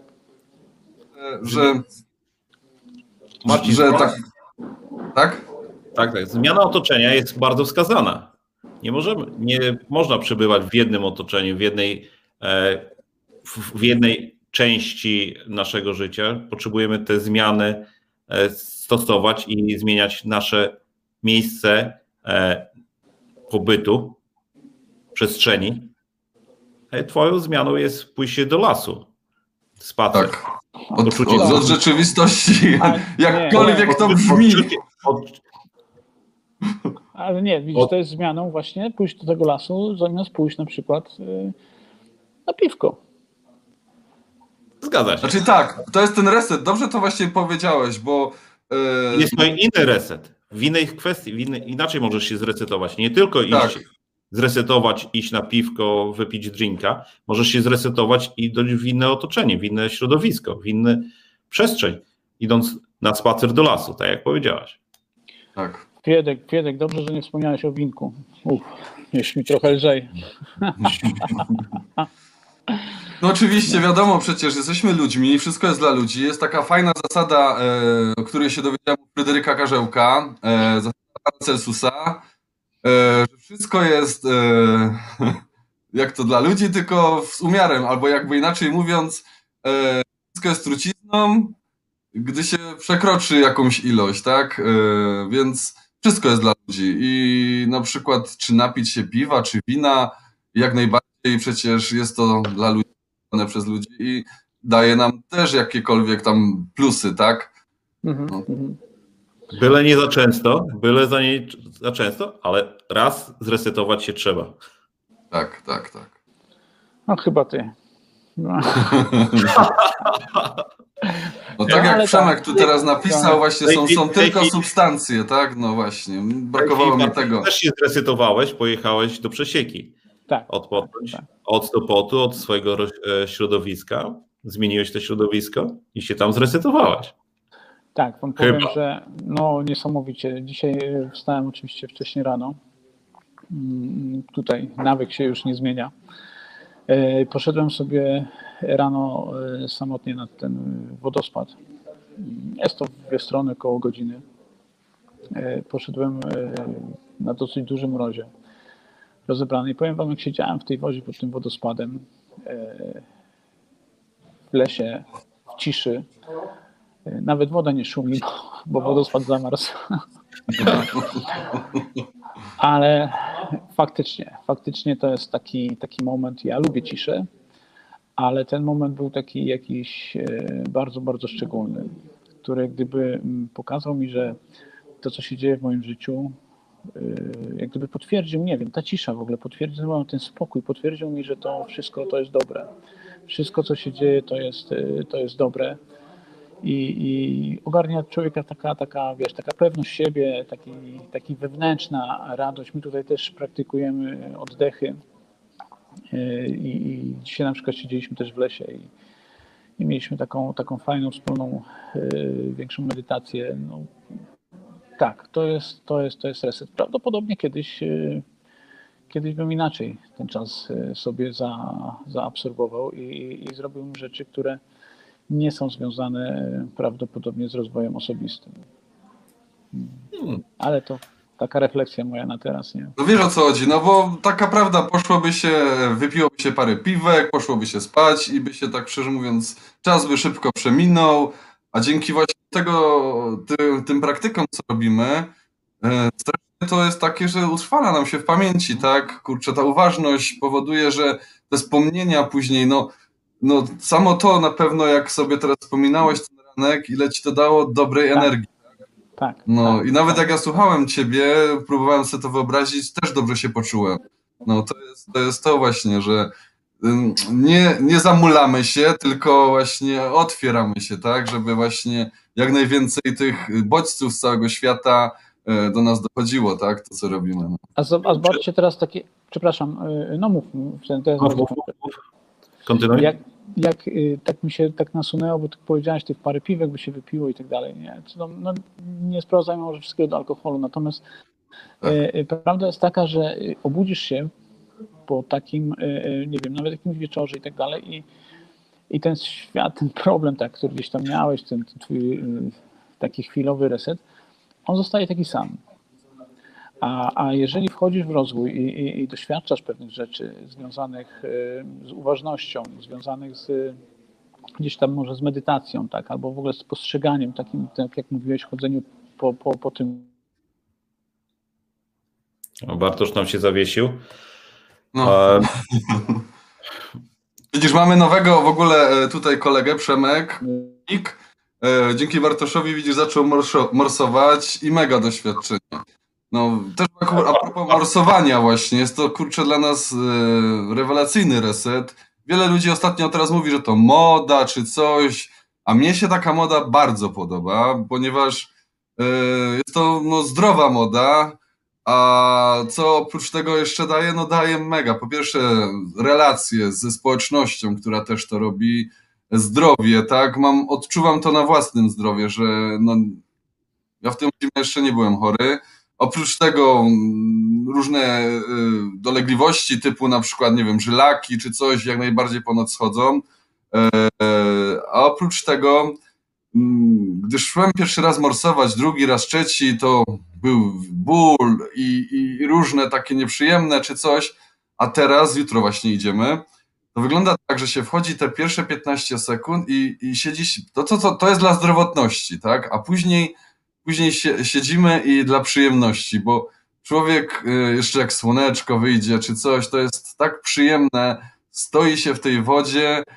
że, Marcin, że tak, tak? Tak, tak. Zmiana otoczenia jest bardzo wskazana. Nie możemy, nie można przebywać w jednym otoczeniu, w jednej, w jednej części naszego życia. Potrzebujemy te zmiany stosować i zmieniać nasze miejsce pobytu, przestrzeni. Twoją zmianą jest pójście do lasu, spacer. Tak. Od, od, od rzeczywistości, A, jakkolwiek nie, to brzmi. Od, Ale nie, widzisz, to jest zmianą właśnie pójść do tego lasu, zamiast pójść na przykład yy, na piwko. Zgadza się. Znaczy tak, to jest ten reset, dobrze to właśnie powiedziałeś, bo... Yy... Jest to inny reset. W innej kwestii, w innej, inaczej możesz się zresetować. Nie tylko iść, Tak. zresetować, iść na piwko, wypić drinka. Możesz się zresetować i dojść w inne otoczenie, w inne środowisko, w inny przestrzeń, idąc na spacer do lasu, tak jak powiedziałaś. Tak. Kwiedek, Kwiedek, dobrze, że nie wspomniałeś o winku. Uff, już mi trochę lżej. No oczywiście, wiadomo, przecież jesteśmy ludźmi, wszystko jest dla ludzi. Jest taka fajna zasada, e, o której się dowiedziałem u Fryderyka Karzełka, e, zasada Paracelsusa, e, że wszystko jest e, jak to dla ludzi, tylko z umiarem, albo jakby inaczej mówiąc, e, wszystko jest trucizną, gdy się przekroczy jakąś ilość, tak? E, więc wszystko jest dla ludzi i na przykład czy napić się piwa, czy wina, jak najbardziej przecież jest to dla ludzi, przez ludzi i daje nam też jakiekolwiek tam plusy, tak? Mhm, No. mhm. Byle nie za często, byle za nie za często, ale raz zresetować się trzeba. Tak, tak, tak. No chyba ty. No. No tak No, ale jak Przemek tak. tu teraz napisał, właśnie są, są W tej tylko chwili- substancje, tak? No właśnie, brakowało mi tego. Też się zresetowałeś, pojechałeś do Przesieki. Tak. Odpocząć tak. od stopotu, od swojego e, środowiska. Zmieniłeś to środowisko i się tam zresetowałeś. Tak, wam powiem, Chyba. że no niesamowicie. Dzisiaj wstałem oczywiście wcześniej rano. Mm, Tutaj nawyk się już nie zmienia. E, Poszedłem sobie rano e, samotnie na ten wodospad. Jest to w dwie strony, koło godziny. E, Poszedłem e, na dosyć dużym mrozie. Rozebrany. I powiem wam, jak siedziałem w tej wodzie pod tym wodospadem, e, w lesie, w ciszy, e, nawet woda nie szumi, bo, bo wodospad zamarzł. Ale faktycznie, faktycznie to jest taki, taki moment, ja lubię ciszę, ale ten moment był taki jakiś e, bardzo, bardzo szczególny, który gdyby mm, pokazał mi, że to, co się dzieje w moim życiu, e, jak gdyby potwierdził, nie wiem, ta cisza w ogóle potwierdziła ten spokój, potwierdził mi, że to wszystko to jest dobre. Wszystko, co się dzieje, to jest, e, to jest dobre. I, i ogarnia człowieka taka, taka, wiesz, taka pewność siebie, taki, taki wewnętrzna radość. My tutaj też praktykujemy oddechy i, i dzisiaj na przykład siedzieliśmy też w lesie i, i mieliśmy taką, taką fajną, wspólną, większą medytację. No, tak, to jest, to jest, to jest reset. Prawdopodobnie kiedyś, kiedyś bym inaczej ten czas sobie za, zaabsorbował i, i zrobił rzeczy, które nie są związane prawdopodobnie z rozwojem osobistym. Ale to taka refleksja moja na teraz, nie? No wiesz o co chodzi, no bo taka prawda, poszłoby się, wypiłoby się parę piwek, poszłoby się spać i by się tak szczerze mówiąc, czas by szybko przeminął, a dzięki właśnie tego, ty, tym praktykom, co robimy, strasznie to jest takie, że utrwala nam się w pamięci, tak? Kurczę, ta uważność powoduje, że te wspomnienia później, no no samo to na pewno, jak sobie teraz wspominałeś ten ranek, ile ci to dało dobrej Tak. energii. Tak. No tak, i nawet tak. jak ja słuchałem ciebie, próbowałem sobie to wyobrazić, też dobrze się poczułem. No to jest to, jest to właśnie, że ym, nie, nie zamulamy się, tylko właśnie otwieramy się, tak, żeby właśnie jak najwięcej tych bodźców z całego świata e, do nas dochodziło, tak, to co robimy. No. A, z- a zobaczcie teraz takie, przepraszam, y, no mów, mów, to jest Mów, bardzo mów, konkretne. mów. Kontynuuj. Jak, jak y, tak mi się tak nasunęło, bo ty powiedziałeś, tych parę piwek by się wypiło i tak dalej, nie? No, no, nie sprowadzajmy może wszystkiego do alkoholu, natomiast Tak. y, y, prawda jest taka, że y, obudzisz się po takim, y, y, nie wiem, nawet jakimś wieczorze i tak dalej i, i ten świat, ten problem, tak, który gdzieś tam miałeś, ten, ten twój y, taki chwilowy reset, on zostaje taki sam. A, a jeżeli wchodzisz w rozwój i, i, i doświadczasz pewnych rzeczy związanych y, z uważnością, związanych z gdzieś tam może z medytacją, tak, albo w ogóle z postrzeganiem, takim, tak jak mówiłeś, chodzeniu po, po, po tym. O, Bartosz nam się zawiesił. No. E, Widzisz, mamy nowego w ogóle e, tutaj kolegę, Przemek. Nik. E, Dzięki Bartoszowi, widzisz, zaczął morszo- morsować i mega doświadczenie. No, też akurat a propos morsowania właśnie, jest to kurczę dla nas e, rewelacyjny reset. Wiele ludzi ostatnio teraz mówi, że to moda czy coś, a mnie się taka moda bardzo podoba, ponieważ e, jest to no, zdrowa moda, a co oprócz tego jeszcze daje? No daje mega. Po pierwsze relacje ze społecznością, która też to robi, zdrowie, tak? Mam, odczuwam to na własnym zdrowiu, że no, ja w tym zimie jeszcze nie byłem chory. Oprócz tego mm, różne y, dolegliwości typu na przykład, nie wiem, żylaki czy coś jak najbardziej ponad schodzą. E, a oprócz tego, mm, gdy szłem pierwszy raz morsować, drugi raz, trzeci, to był ból i, i różne takie nieprzyjemne czy coś, a teraz, jutro właśnie idziemy, to wygląda tak, że się wchodzi te pierwsze piętnaście sekund i, i siedzi, to, to, to, to jest dla zdrowotności, tak, a później Później sie- siedzimy i dla przyjemności, bo człowiek y, jeszcze jak słoneczko wyjdzie czy coś, to jest tak przyjemne, stoi się w tej wodzie, e,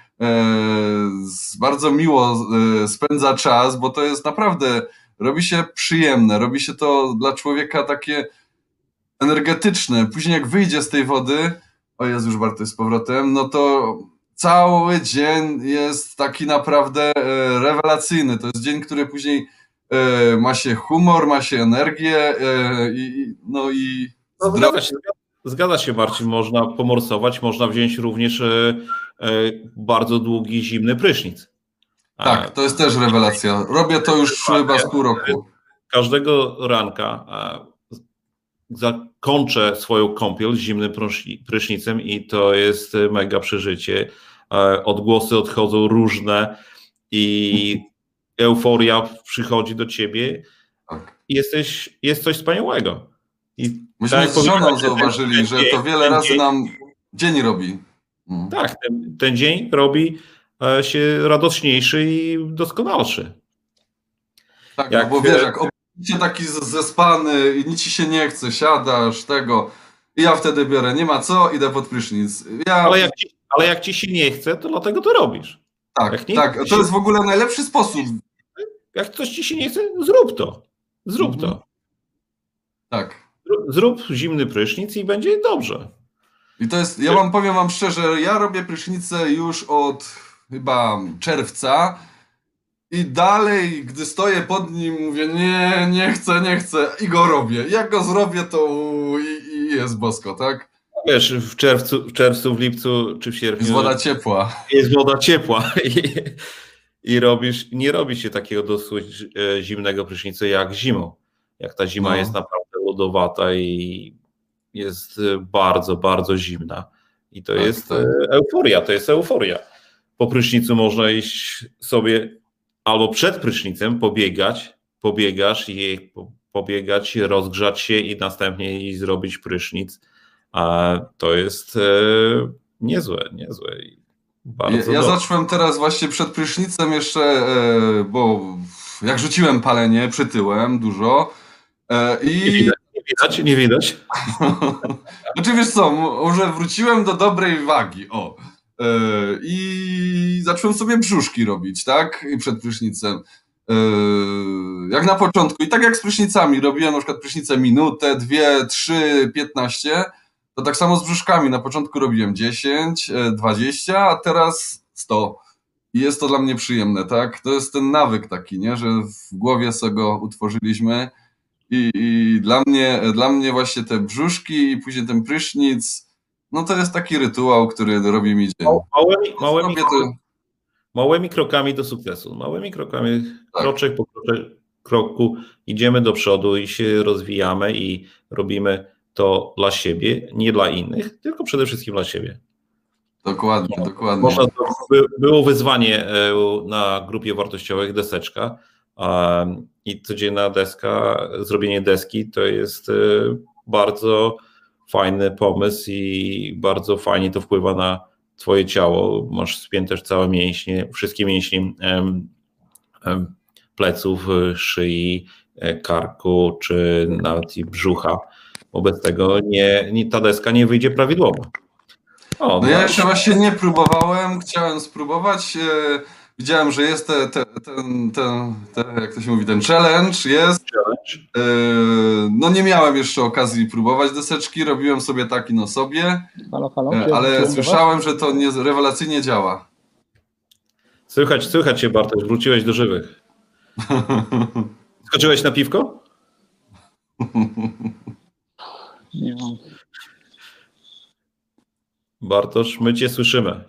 z- bardzo miło e, spędza czas, bo to jest naprawdę, robi się przyjemne, robi się to dla człowieka takie energetyczne. Później jak wyjdzie z tej wody, o Jezu, już Bartosz z powrotem, no to cały dzień jest taki naprawdę e, rewelacyjny. To jest dzień, który później e, ma się humor, ma się energię e, i, i- no i no, zdrowie. zgadza się, zgadza się, Marcin, można pomorsować, można wziąć również e, e, bardzo długi, zimny prysznic. A Tak, to jest też rewelacja. Robię to już chyba z pół roku. każdego ranka e, zakończę swoją kąpiel z zimnym pryszni- prysznicem i to jest mega przeżycie. E, Odgłosy odchodzą różne i euforia przychodzi do ciebie Tak. i jesteś, jest coś wspaniałego. I Myśmy tak jak z żoną powiedziałeś, ten- zauważyli, ten że dzień- to wiele ten razy dzień- nam dzień robi. Mm. Tak, ten, ten dzień robi e, się radośniejszy i doskonalszy. Tak, Jak- no bo wiesz, jak obudzisz się taki z- zespany i nic ci się nie chce, siadasz, tego, i ja wtedy biorę, nie ma co, idę pod prysznic. Ja, Ale jak, ci, ale jak ci się nie chce, to dlatego to robisz. tak, jak nie tak, chce to się- jest w ogóle najlepszy sposób. Jak coś ci się nie chce, zrób to. Zrób Mhm. to. Tak. Zrób- Zrób zimny prysznic i będzie dobrze. I to jest, ja wam powiem wam szczerze, ja robię prysznicę już od chyba czerwca i dalej, gdy stoję pod nim, mówię nie, nie chcę, nie chcę i go robię. Jak go zrobię, to i, i jest bosko, tak? Wiesz, w czerwcu, w czerwcu, w lipcu czy w sierpniu Jest woda ciepła. jest woda ciepła i, i robisz, nie robi się takiego dosyć e, zimnego prysznica jak zimą. Jak ta zima No. jest naprawdę lodowata i jest e, bardzo, bardzo zimna. I to Tak, jest tak. e, euforia, to jest euforia. Po prysznicu można iść sobie albo przed prysznicem pobiegać, pobiegasz i po- pobiegać, rozgrzać się i następnie iść zrobić prysznic. A to jest e, niezłe, niezłe. I bardzo Ja, ja dobre. zacząłem teraz właśnie przed prysznicem jeszcze, e, bo jak rzuciłem palenie, przytyłem dużo e, Nie i widać, nie widać, nie widać. znaczy wiesz co, może wróciłem do dobrej wagi, o. I zacząłem sobie brzuszki robić, tak? I przed prysznicem. Jak na początku. I tak jak z prysznicami. Robiłem na przykład prysznicę minutę, dwie, trzy, piętnaście. To tak samo z brzuszkami. Na początku robiłem dziesięć, dwadzieścia, a teraz sto. I jest to dla mnie przyjemne, tak? To jest ten nawyk taki, nie? Że w głowie sobie go utworzyliśmy. I, i dla mnie, dla mnie właśnie te brzuszki i później ten prysznic, no to jest taki rytuał, który robi mi dzień. Małymi, małymi, Zrobię to- małymi krokami do sukcesu. Małymi krokami, Tak. kroczek po kroczek, kroku idziemy do przodu i się rozwijamy i robimy to dla siebie, nie dla innych, tylko przede wszystkim dla siebie. Dokładnie, dokładnie. Można, to by- było wyzwanie e, na grupie wartościowych deseczka um, i codzienna deska, zrobienie deski to jest e, bardzo fajny pomysł i bardzo fajnie to wpływa na twoje ciało. Masz spięte całe mięśnie, wszystkie mięśnie em, em, pleców, szyi, e, karku czy nawet i brzucha. Wobec tego nie, nie, ta deska nie wyjdzie prawidłowo. O, No ja jeszcze właśnie nie próbowałem, chciałem spróbować. e, Widziałem, że jest te, te, ten, ten, ten, jak to się mówi, ten challenge jest. challenge. E, No nie miałem jeszcze okazji próbować deseczki, robiłem sobie taki no sobie, Halo, halo. e, Czy- ale czy- słyszałem, że to nie, rewelacyjnie działa. Słychać, słychać cię, Bartosz, wróciłeś do żywych. Skoczyłeś na piwko? Nie mam. Bartosz, my cię słyszymy.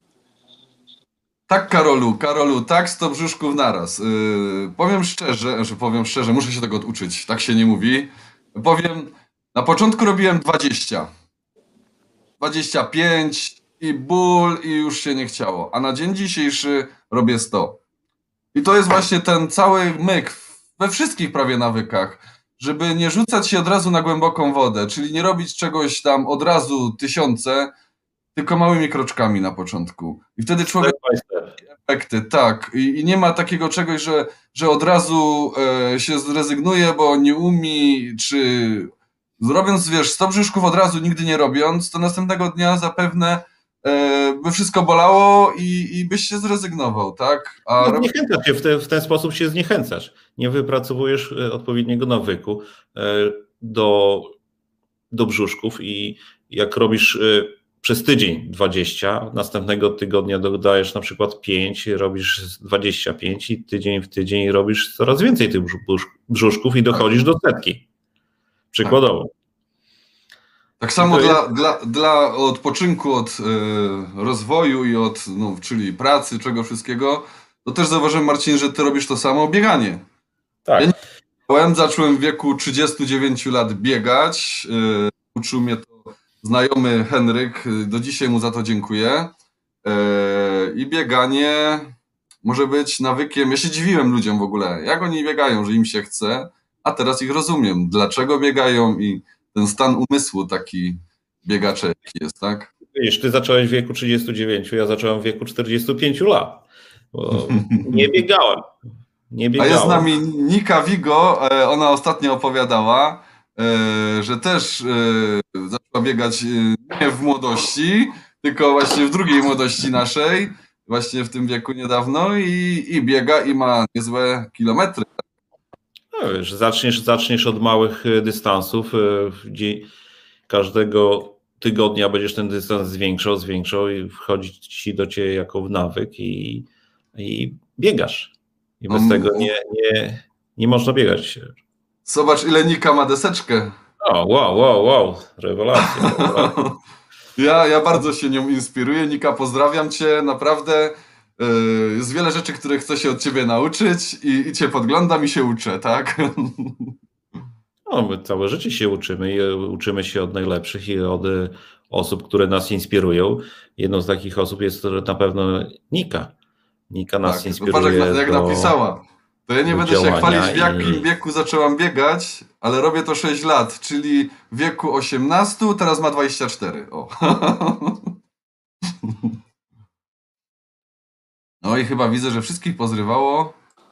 Tak, Karolu, Karolu, tak, sto brzuszków naraz. Yy, powiem szczerze, że powiem szczerze, muszę się tego uczyć, tak się nie mówi. Powiem, na początku robiłem dwadzieścia. dwadzieścia pięć i ból i już się nie chciało. A na dzień dzisiejszy robię sto. I to jest właśnie ten cały myk we wszystkich prawie nawykach, żeby nie rzucać się od razu na głęboką wodę, czyli nie robić czegoś tam od razu tysiące, tylko małymi kroczkami na początku. I wtedy człowiek Step by step. efekty, tak. I, I nie ma takiego czegoś, że, że od razu e, się zrezygnuje, bo nie umie, czy robiąc, wiesz, sto brzuszków od razu, nigdy nie robiąc, to następnego dnia zapewne e, by wszystko bolało i, i byś się zrezygnował, tak? A No, rob... zniechęcasz się, w, te, w ten sposób się zniechęcasz. Nie wypracowujesz e, odpowiedniego nawyku e, do, do brzuszków i jak robisz e, przez tydzień dwadzieścia, następnego tygodnia dodajesz na przykład pięć, robisz dwadzieścia pięć i tydzień w tydzień robisz coraz więcej tych brzusz- brzuszków i dochodzisz do setki. Przykładowo. Tak samo To jest- dla, dla, dla odpoczynku od e, rozwoju i od, no, czyli pracy, czego wszystkiego, to też zauważyłem, Marcin, że ty robisz to samo, bieganie. Tak. Ja Zacząłem, zacząłem w wieku trzydziestu dziewięciu lat biegać. Yy, uczył mnie to znajomy Henryk. Yy, Do dzisiaj mu za to dziękuję. Yy, I bieganie może być nawykiem. Ja się dziwiłem ludziom w ogóle, jak oni biegają, że im się chce, a teraz ich rozumiem, dlaczego biegają i ten stan umysłu taki biegacza jaki jest, tak? Wiesz, ty zacząłeś w wieku trzydziestu dziewięciu, ja zacząłem w wieku czterdziestu pięciu lat. Bo nie biegałem. Nie A biegałem. jest z nami Nika Vigo, e, ona ostatnio opowiadała, e, że też e, zaczęła biegać e, nie w młodości, tylko właśnie w drugiej młodości naszej, właśnie w tym wieku niedawno i, i biega i ma niezłe kilometry. No wiesz, zaczniesz, zaczniesz od małych y, dystansów. y, w dzie- Każdego tygodnia będziesz ten dystans zwiększał, zwiększał i wchodzi ci do ciebie jako w nawyk i, i biegasz. I bez No, tego no. nie, nie, nie można biegać. Zobacz, ile Nika ma deseczkę. O, wow, wow, wow, rewelacja. rewelacja. Ja, ja bardzo się nią inspiruję. Nika, pozdrawiam cię, naprawdę. Yy, Jest wiele rzeczy, które chcę się od ciebie nauczyć i, i cię podglądam i się uczę, tak? No, my całe życie się uczymy i uczymy się od najlepszych i od y, osób, które nas inspirują. Jedną z takich osób jest to na pewno Nika. Nika nas Tak, inspiruje patrz jak, jak do... napisała. To ja nie do będę się działania chwalić, w jakim i- wieku zaczęłam biegać, ale robię to sześć lat, czyli w wieku osiemnastu, teraz ma dwadzieścia cztery. O. No i chyba widzę, że wszystkich pozrywało.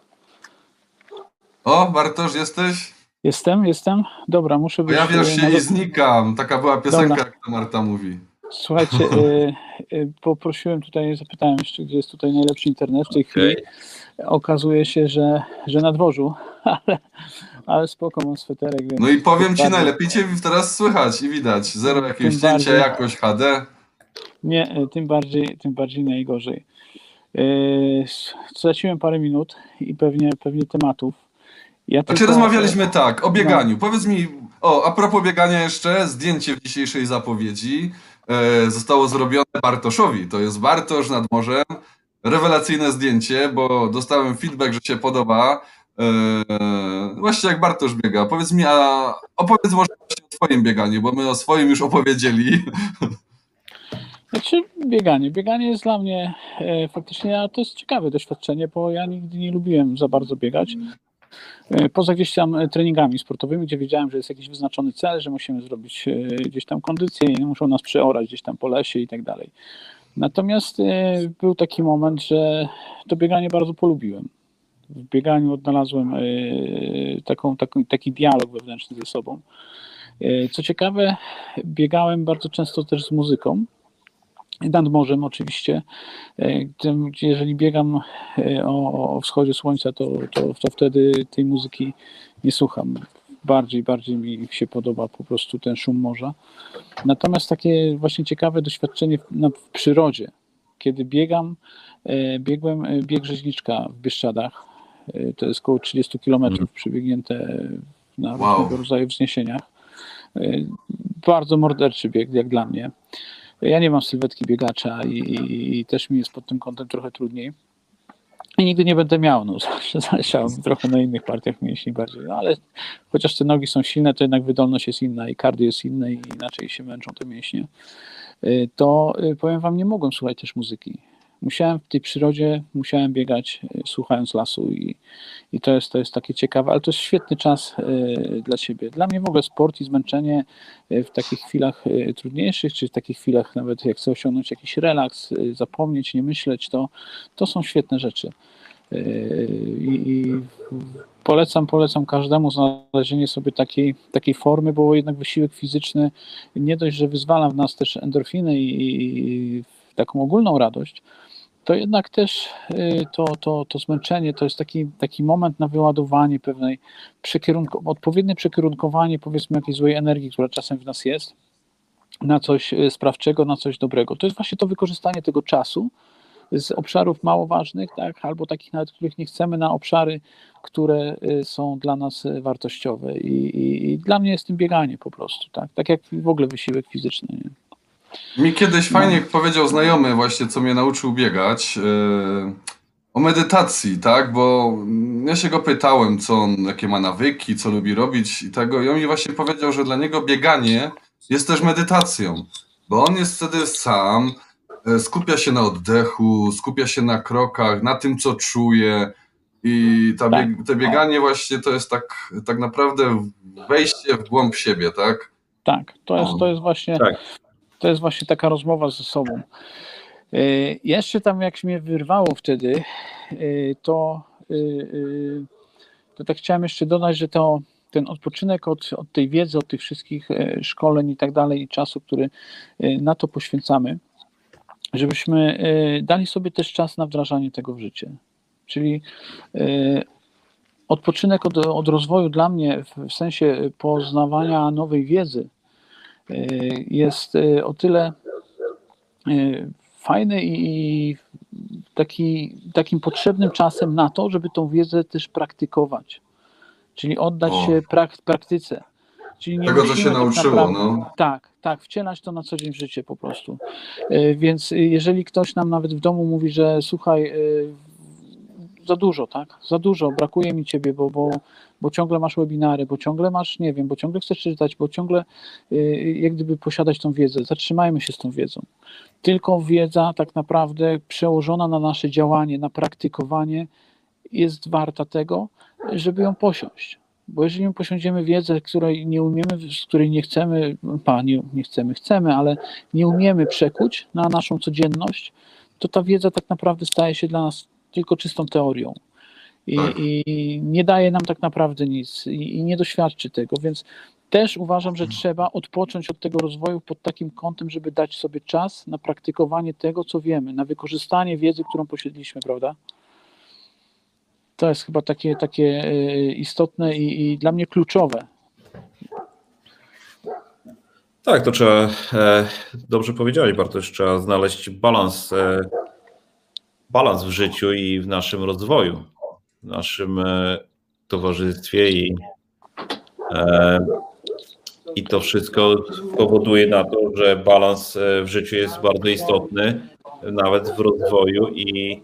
O, Bartosz, jesteś? Jestem, jestem. Dobra, muszę być... Pojawiasz e, się na- i znikam. Taka była piosenka, Dobra. jak to Marta mówi. Słuchajcie, y, y, poprosiłem tutaj, zapytałem jeszcze, gdzie jest tutaj najlepszy internet w tej chwili. Okej. Okazuje się, że, że na dworzu, ale, ale spoko, mam sweterek, więc... No i powiem tym ci, bardziej- najlepiej cię teraz słychać i widać. Zero Tym jakiegoś cięcia, bardziej- jakość H D. Nie, y, tym bardziej, tym bardziej najgorzej. Y, Straciłem parę minut i pewnie, pewnie tematów. Ja Znaczy tylko- rozmawialiśmy tak, o bieganiu. No. Powiedz mi, o, a propos biegania jeszcze, zdjęcie w dzisiejszej zapowiedzi e, zostało zrobione Bartoszowi. To jest Bartosz nad morzem. Rewelacyjne zdjęcie, bo dostałem feedback, że się podoba. E, właśnie jak Bartosz biega. Powiedz mi, a opowiedz może właśnie o swoim bieganiu, bo my o swoim już opowiedzieli. Znaczy bieganie. Bieganie jest dla mnie e, faktycznie, a to jest ciekawe doświadczenie, bo ja nigdy nie lubiłem za bardzo biegać. E, poza gdzieś tam e, treningami sportowymi, gdzie wiedziałem, że jest jakiś wyznaczony cel, że musimy zrobić e, gdzieś tam kondycję i muszą nas przeorać gdzieś tam po lesie i tak dalej. Natomiast e, był taki moment, że to bieganie bardzo polubiłem. W bieganiu odnalazłem e, taką, taką, taki dialog wewnętrzny ze sobą. E, co ciekawe, biegałem bardzo często też z muzyką. Nad morzem oczywiście. E, tym, Jeżeli biegam e, o, o wschodzie słońca, to, to, to wtedy tej muzyki nie słucham. Bardziej, bardziej mi się podoba po prostu ten szum morza. Natomiast takie właśnie ciekawe doświadczenie w, na, w przyrodzie. Kiedy biegam, e, biegłem e, bieg rzeźniczka w Bieszczadach. E, to jest około trzydzieści kilometrów przebiegnięte na Wow. różnego rodzaju wzniesieniach. E, Bardzo morderczy bieg, jak dla mnie. Ja nie mam sylwetki biegacza i, i, i też mi jest pod tym kątem trochę trudniej. I nigdy nie będę miał, no zawsze zależało mi trochę na innych partiach mięśni bardziej, no ale chociaż te nogi są silne, to jednak wydolność jest inna i cardio jest inne i inaczej się męczą te mięśnie. Y, To y, powiem wam, nie mogłem słuchać też muzyki. Musiałem w tej przyrodzie, musiałem biegać y, słuchając lasu i, i to jest, to jest takie ciekawe, ale to jest świetny czas y, dla siebie. Dla mnie w ogóle sport i zmęczenie y, w takich chwilach y, trudniejszych, czy w takich chwilach nawet jak chcę osiągnąć jakiś relaks, y, zapomnieć, nie myśleć, to, to są świetne rzeczy. Y, I, i polecam, polecam każdemu znalezienie sobie takiej, takiej formy, bo jednak wysiłek fizyczny nie dość, że wyzwala w nas też endorfiny i, i taką ogólną radość, to jednak też y, to, to, to zmęczenie to jest taki, taki moment na wyładowanie pewnej przekierunko, odpowiednie przekierunkowanie powiedzmy jakiejś złej energii, która czasem w nas jest, na coś y, sprawczego, na coś dobrego. To jest właśnie to wykorzystanie tego czasu z obszarów mało ważnych, tak, albo takich nawet, których nie chcemy, na obszary, które y, są dla nas y, wartościowe. I, i, i dla mnie jest tym bieganie po prostu, tak, tak jak w ogóle wysiłek fizyczny. Nie? Mi kiedyś fajnie powiedział znajomy właśnie, co mnie nauczył biegać, yy, o medytacji, tak, bo ja się go pytałem, co on, jakie ma nawyki, co lubi robić i tego, i on mi właśnie powiedział, że dla niego bieganie jest też medytacją, bo on jest wtedy sam, yy, skupia się na oddechu, skupia się na krokach, na tym, co czuje i ta Tak. bieg, te bieganie właśnie to jest tak, tak naprawdę wejście w głąb siebie, tak? Tak, to jest, to jest właśnie Tak. to jest właśnie taka rozmowa ze sobą. Y, Jeszcze tam jak mnie wyrwało wtedy, y, to, y, y, to tak chciałem jeszcze dodać, że to ten odpoczynek od, od tej wiedzy, od tych wszystkich y, szkoleń i tak dalej i czasu, który y, na to poświęcamy, żebyśmy y, dali sobie też czas na wdrażanie tego w życie. Czyli y, odpoczynek od, od rozwoju dla mnie w, w sensie poznawania nowej wiedzy y, jest y, o tyle y, fajny i taki, takim potrzebnym czasem na to, żeby tą wiedzę też praktykować. Czyli oddać O. się prak, praktyce. Czyli nie Tego, co musimy się tak nauczyło, naprawdę- no. Tak, tak, wcielać to na co dzień w życie po prostu. Y, Więc y, jeżeli ktoś nam nawet w domu mówi, że słuchaj, y, za dużo, tak? Za dużo, brakuje mi ciebie, bo, bo, bo ciągle masz webinary, bo ciągle masz, nie wiem, bo ciągle chcesz czytać, bo ciągle y, jak gdyby posiadać tą wiedzę. Zatrzymajmy się z tą wiedzą. Tylko wiedza tak naprawdę przełożona na nasze działanie, na praktykowanie jest warta tego, żeby ją posiąść. Bo jeżeli my posiądziemy wiedzę, której nie umiemy, z której nie chcemy, pa, nie, nie chcemy, chcemy, ale nie umiemy przekuć na naszą codzienność, to ta wiedza tak naprawdę staje się dla nas tylko czystą teorią. I, Tak. i nie daje nam tak naprawdę nic i, i nie doświadczy tego, więc też uważam, że trzeba odpocząć od tego rozwoju pod takim kątem, żeby dać sobie czas na praktykowanie tego, co wiemy, na wykorzystanie wiedzy, którą posiedliśmy, prawda? To jest chyba takie, takie istotne i, i dla mnie kluczowe. Tak, to trzeba, e, dobrze powiedziałeś Bartosz, trzeba znaleźć balans, e, balans w życiu i w naszym rozwoju, w naszym e, towarzystwie i, e, i to wszystko powoduje na to, że balans w życiu jest bardzo istotny, nawet w rozwoju i,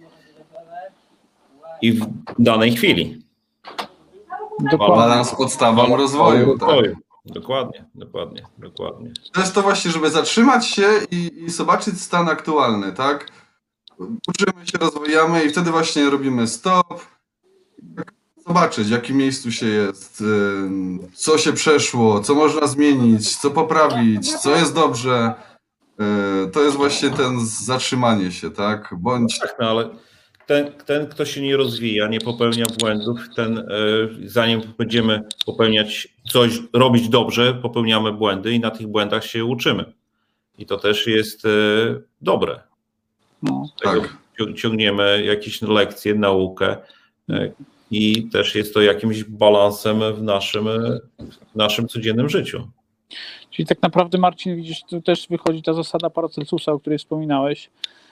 i w danej chwili. Dokładnie. Balans podstawą rozwoju. rozwoju. Tak. Dokładnie, dokładnie, dokładnie. To jest to właśnie, żeby zatrzymać się i, i zobaczyć stan aktualny, tak? Uczymy się, rozwijamy i wtedy właśnie robimy stop. Zobaczyć, w jakim miejscu się jest, co się przeszło, co można zmienić, co poprawić, co jest dobrze. To jest właśnie ten zatrzymanie się, tak? Bądź... Tak, no ale ten, ten, kto się nie rozwija, nie popełnia błędów, ten, zanim będziemy popełniać coś, robić dobrze, popełniamy błędy i na tych błędach się uczymy. I to też jest dobre. No, Tego tak. Ciągniemy jakieś lekcje, naukę i też jest to jakimś balansem w naszym, w naszym codziennym życiu. Czyli tak naprawdę, Marcin, widzisz, tu też wychodzi ta zasada Paracelsusa, o której wspominałeś,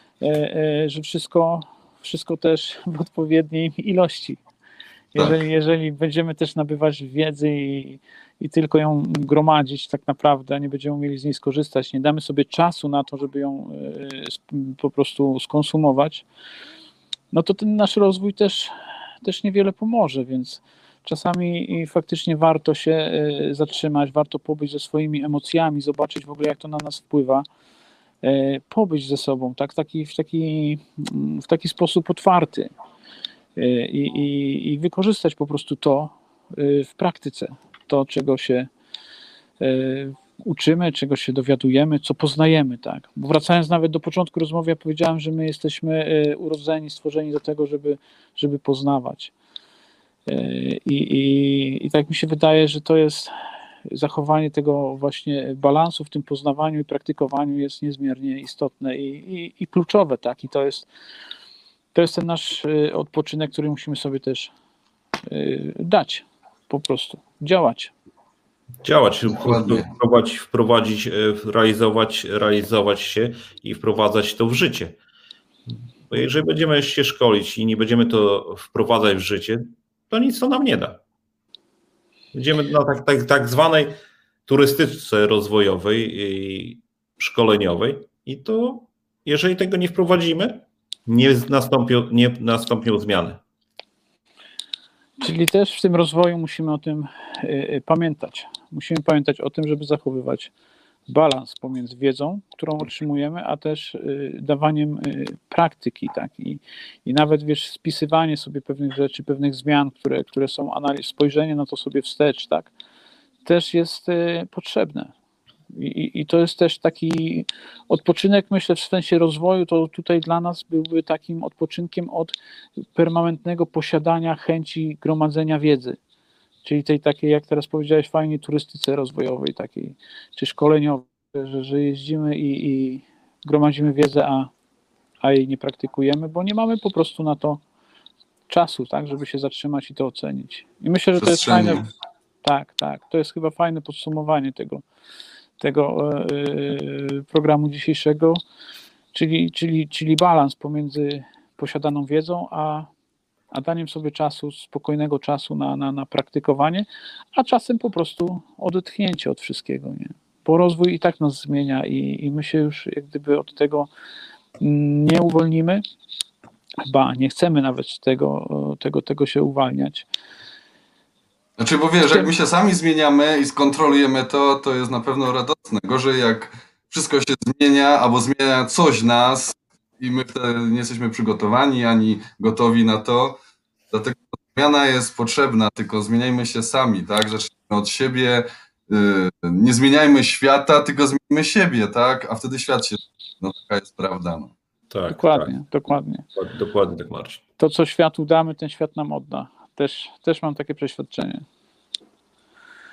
że wszystko, wszystko też w odpowiedniej ilości. Jeżeli, tak. jeżeli będziemy też nabywać wiedzy i, i tylko ją gromadzić tak naprawdę, a nie będziemy umieli z niej skorzystać, nie damy sobie czasu na to, żeby ją po prostu skonsumować, no to ten nasz rozwój też, też niewiele pomoże, więc czasami faktycznie warto się zatrzymać, warto pobyć ze swoimi emocjami, zobaczyć w ogóle, jak to na nas wpływa, pobyć ze sobą, tak, taki, w, taki, w taki sposób otwarty i, i, i wykorzystać po prostu to w praktyce, to, czego się uczymy, czego się dowiadujemy, co poznajemy, tak. Bo wracając nawet do początku rozmowy, ja powiedziałem, że my jesteśmy urodzeni, stworzeni do tego, żeby, żeby poznawać. I, i, I tak mi się wydaje, że to jest zachowanie tego właśnie balansu w tym poznawaniu i praktykowaniu jest niezmiernie istotne i, i, i kluczowe, tak. I to jest, to jest ten nasz odpoczynek, który musimy sobie też dać, po prostu działać. Działać, wprowadzić, wprowadzić, realizować, realizować się i wprowadzać to w życie. Bo jeżeli będziemy się szkolić i nie będziemy to wprowadzać w życie, to nic to nam nie da. Będziemy na tak, tak, tak zwanej turystyce rozwojowej i szkoleniowej i to jeżeli tego nie wprowadzimy, nie nastąpią, nie nastąpią zmiany. Czyli też w tym rozwoju musimy o tym y, pamiętać. Musimy pamiętać o tym, żeby zachowywać balans pomiędzy wiedzą, którą otrzymujemy, a też y, dawaniem y, praktyki, tak? I, i nawet, wiesz, spisywanie sobie pewnych rzeczy, pewnych zmian, które, które są analiz, spojrzenie na to sobie wstecz, tak? Też jest y, potrzebne. I, I to jest też taki odpoczynek, myślę, w sensie rozwoju, to tutaj dla nas byłby takim odpoczynkiem od permanentnego posiadania chęci gromadzenia wiedzy. Czyli tej takiej, jak teraz powiedziałeś, fajnie, turystyce rozwojowej, takiej, czy szkoleniowej, że, że jeździmy i, i gromadzimy wiedzę, a, a jej nie praktykujemy, bo nie mamy po prostu na to czasu, tak, żeby się zatrzymać i to ocenić. I myślę, że to jest fajne. Tak, tak, to jest chyba fajne podsumowanie tego, tego yy, programu dzisiejszego, czyli, czyli, czyli balans pomiędzy posiadaną wiedzą, a a daniem sobie czasu, spokojnego czasu na, na, na praktykowanie, a czasem po prostu odetchnięcie od wszystkiego, nie? Bo rozwój i tak nas zmienia i, i my się już jak gdyby od tego nie uwolnimy, ba, nie chcemy nawet tego, tego, tego się uwalniać. Znaczy, bo wiesz, jak my się sami zmieniamy i skontrolujemy to, to jest na pewno radosne. Gorzej jak wszystko się zmienia, albo zmienia coś nas, i my wtedy nie jesteśmy przygotowani ani gotowi na to. Dlatego zmiana jest potrzebna, tylko zmieniajmy się sami, tak? Zacznijmy od siebie, yy, nie zmieniajmy świata, tylko zmieńmy siebie, tak? A wtedy świat się... No taka jest prawda. No. Tak, dokładnie, tak. dokładnie. Dokładnie tak, Marcin. To, co światu damy, ten świat nam odda. Też, też mam takie przeświadczenie.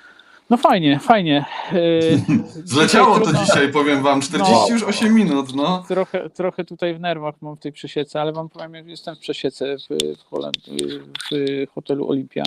No fajnie, fajnie. Zleciało to trudno- dzisiaj, powiem wam, czterdzieści już osiem minut, no. Trochę, trochę tutaj w nerwach mam w tej przesiece, ale wam powiem, jak jestem w przesiece w, w, Holand- w hotelu Olimpia.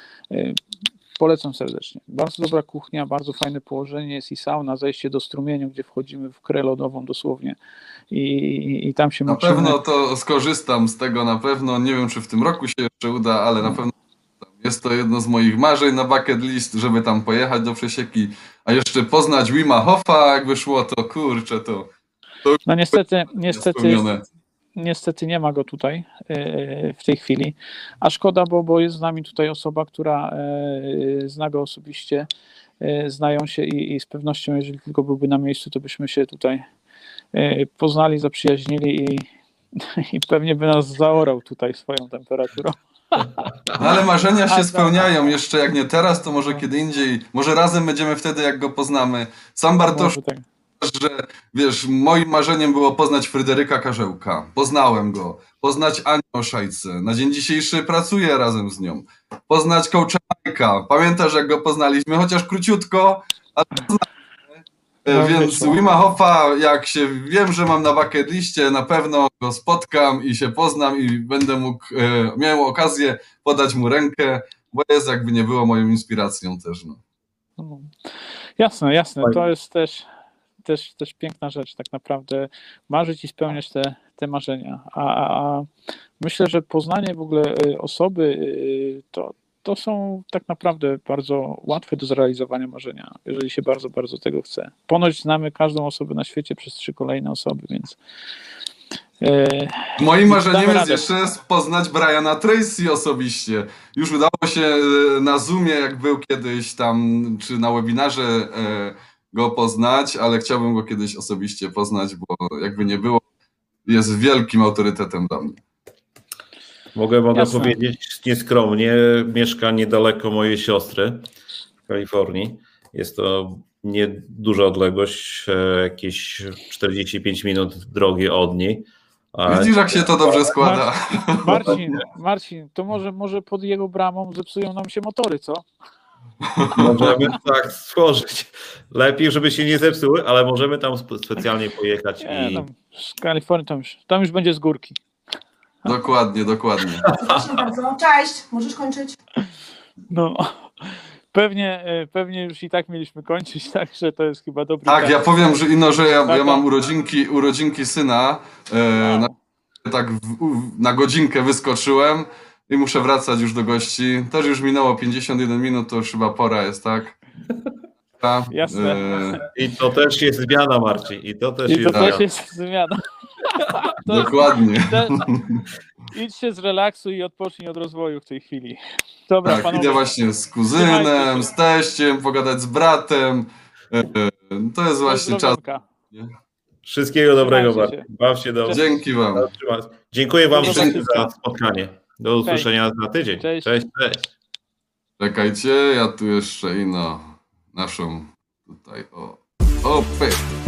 Polecam serdecznie. Bardzo dobra kuchnia, bardzo fajne położenie, jest i sauna, zejście do strumienia, gdzie wchodzimy w krę lodową dosłownie i, i tam się Na moczymy. pewno to skorzystam z tego, na pewno. Nie wiem, czy w tym roku się jeszcze uda, ale na pewno jest to jedno z moich marzeń na bucket list, żeby tam pojechać do Przesieki, a jeszcze poznać Wima Hofa, jakby szło, to kurczę, to No niestety, niestety, spełnione. niestety nie ma go tutaj e, w tej chwili, a szkoda, bo, bo jest z nami tutaj osoba, która e, zna go osobiście, e, znają się i, i z pewnością, jeżeli tylko byłby na miejscu, to byśmy się tutaj e, poznali, zaprzyjaźnili i, i pewnie by nas zaorał tutaj swoją temperaturą. No ale marzenia A, się tak. spełniają, jeszcze jak nie teraz, to może kiedy indziej, może razem będziemy wtedy, jak go poznamy. Sam Bartosz, Może tak. że wiesz, moim marzeniem było poznać Fryderyka Karzełka. Poznałem go. Poznać Anię Oszajce. Na dzień dzisiejszy pracuję razem z nią. Poznać coacha Majka. Pamiętasz, jak go poznaliśmy? Chociaż króciutko, ale poznaliśmy. No, Więc wyszło. Wima Hofa, jak się wiem, że mam na bucket liście, na pewno go spotkam i się poznam i będę mógł, e, miał okazję podać mu rękę, bo jest jakby nie było moją inspiracją też. No. No. Jasne, jasne. Fajnie. To jest też, też, też piękna rzecz, tak naprawdę marzyć i spełniać te, te marzenia. A, a, a myślę, że poznanie w ogóle y, osoby y, to, to są tak naprawdę bardzo łatwe do zrealizowania marzenia, jeżeli się bardzo, bardzo tego chce. Ponoć znamy każdą osobę na świecie przez trzy kolejne osoby, więc y, Moim marzeniem Damy jest radę. jeszcze poznać Briana Tracy osobiście. Już udało się e, na Zoomie, jak był kiedyś tam, czy na webinarze e, go poznać, ale chciałbym go kiedyś osobiście poznać, bo jakby nie było, jest wielkim autorytetem dla mnie. Mogę, mogę Jasne. powiedzieć nieskromnie, mieszka niedaleko mojej siostry w Kalifornii. Jest to nieduża odległość, e, jakieś czterdzieści pięć minut drogi od niej. A Widzisz, jak się to dobrze składa. Marcin, Marcin, to może, może pod jego bramą zepsują nam się motory, co? możemy tak stworzyć. Lepiej, żeby się nie zepsuły, ale możemy tam spe- specjalnie pojechać Nie, i tam z Kalifornii tam już, tam już będzie z górki. Dokładnie, dokładnie. Proszę bardzo. Cześć, możesz kończyć. No, pewnie, e, pewnie już i tak mieliśmy kończyć, także to jest chyba dobry Tak, czas. ja powiem, że ino, że ja, ja Tak, mam tak. urodzinki, urodzinki syna. E, na, tak w, u- na godzinkę wyskoczyłem i muszę wracać już do gości. Też już minęło pięćdziesiąt jeden minut, to już chyba pora jest, tak? Ta, Jasne. e, I to też jest zmiana, Marcin. I to też I to jest też zmiana. jest zmiana. To jest, dokładnie. te, idź się zrelaksuj i odpocznij od rozwoju w tej chwili. Dobra, Tak, panowie. idę właśnie z Trzymajcie kuzynem, się. z teściem, pogadać z bratem. E, To jest właśnie czas. Pozdrowionka. Wszystkiego dobrego, Trzymajcie Marcin. Baw się dobrze. Dzięki wam. Dziękuję wam Do wszystkim zobaczenia. za spotkanie. Do usłyszenia za tydzień. Cześć. Cześć, cześć. Czekajcie, ja tu jeszcze ino naszą tutaj o. O, pyk.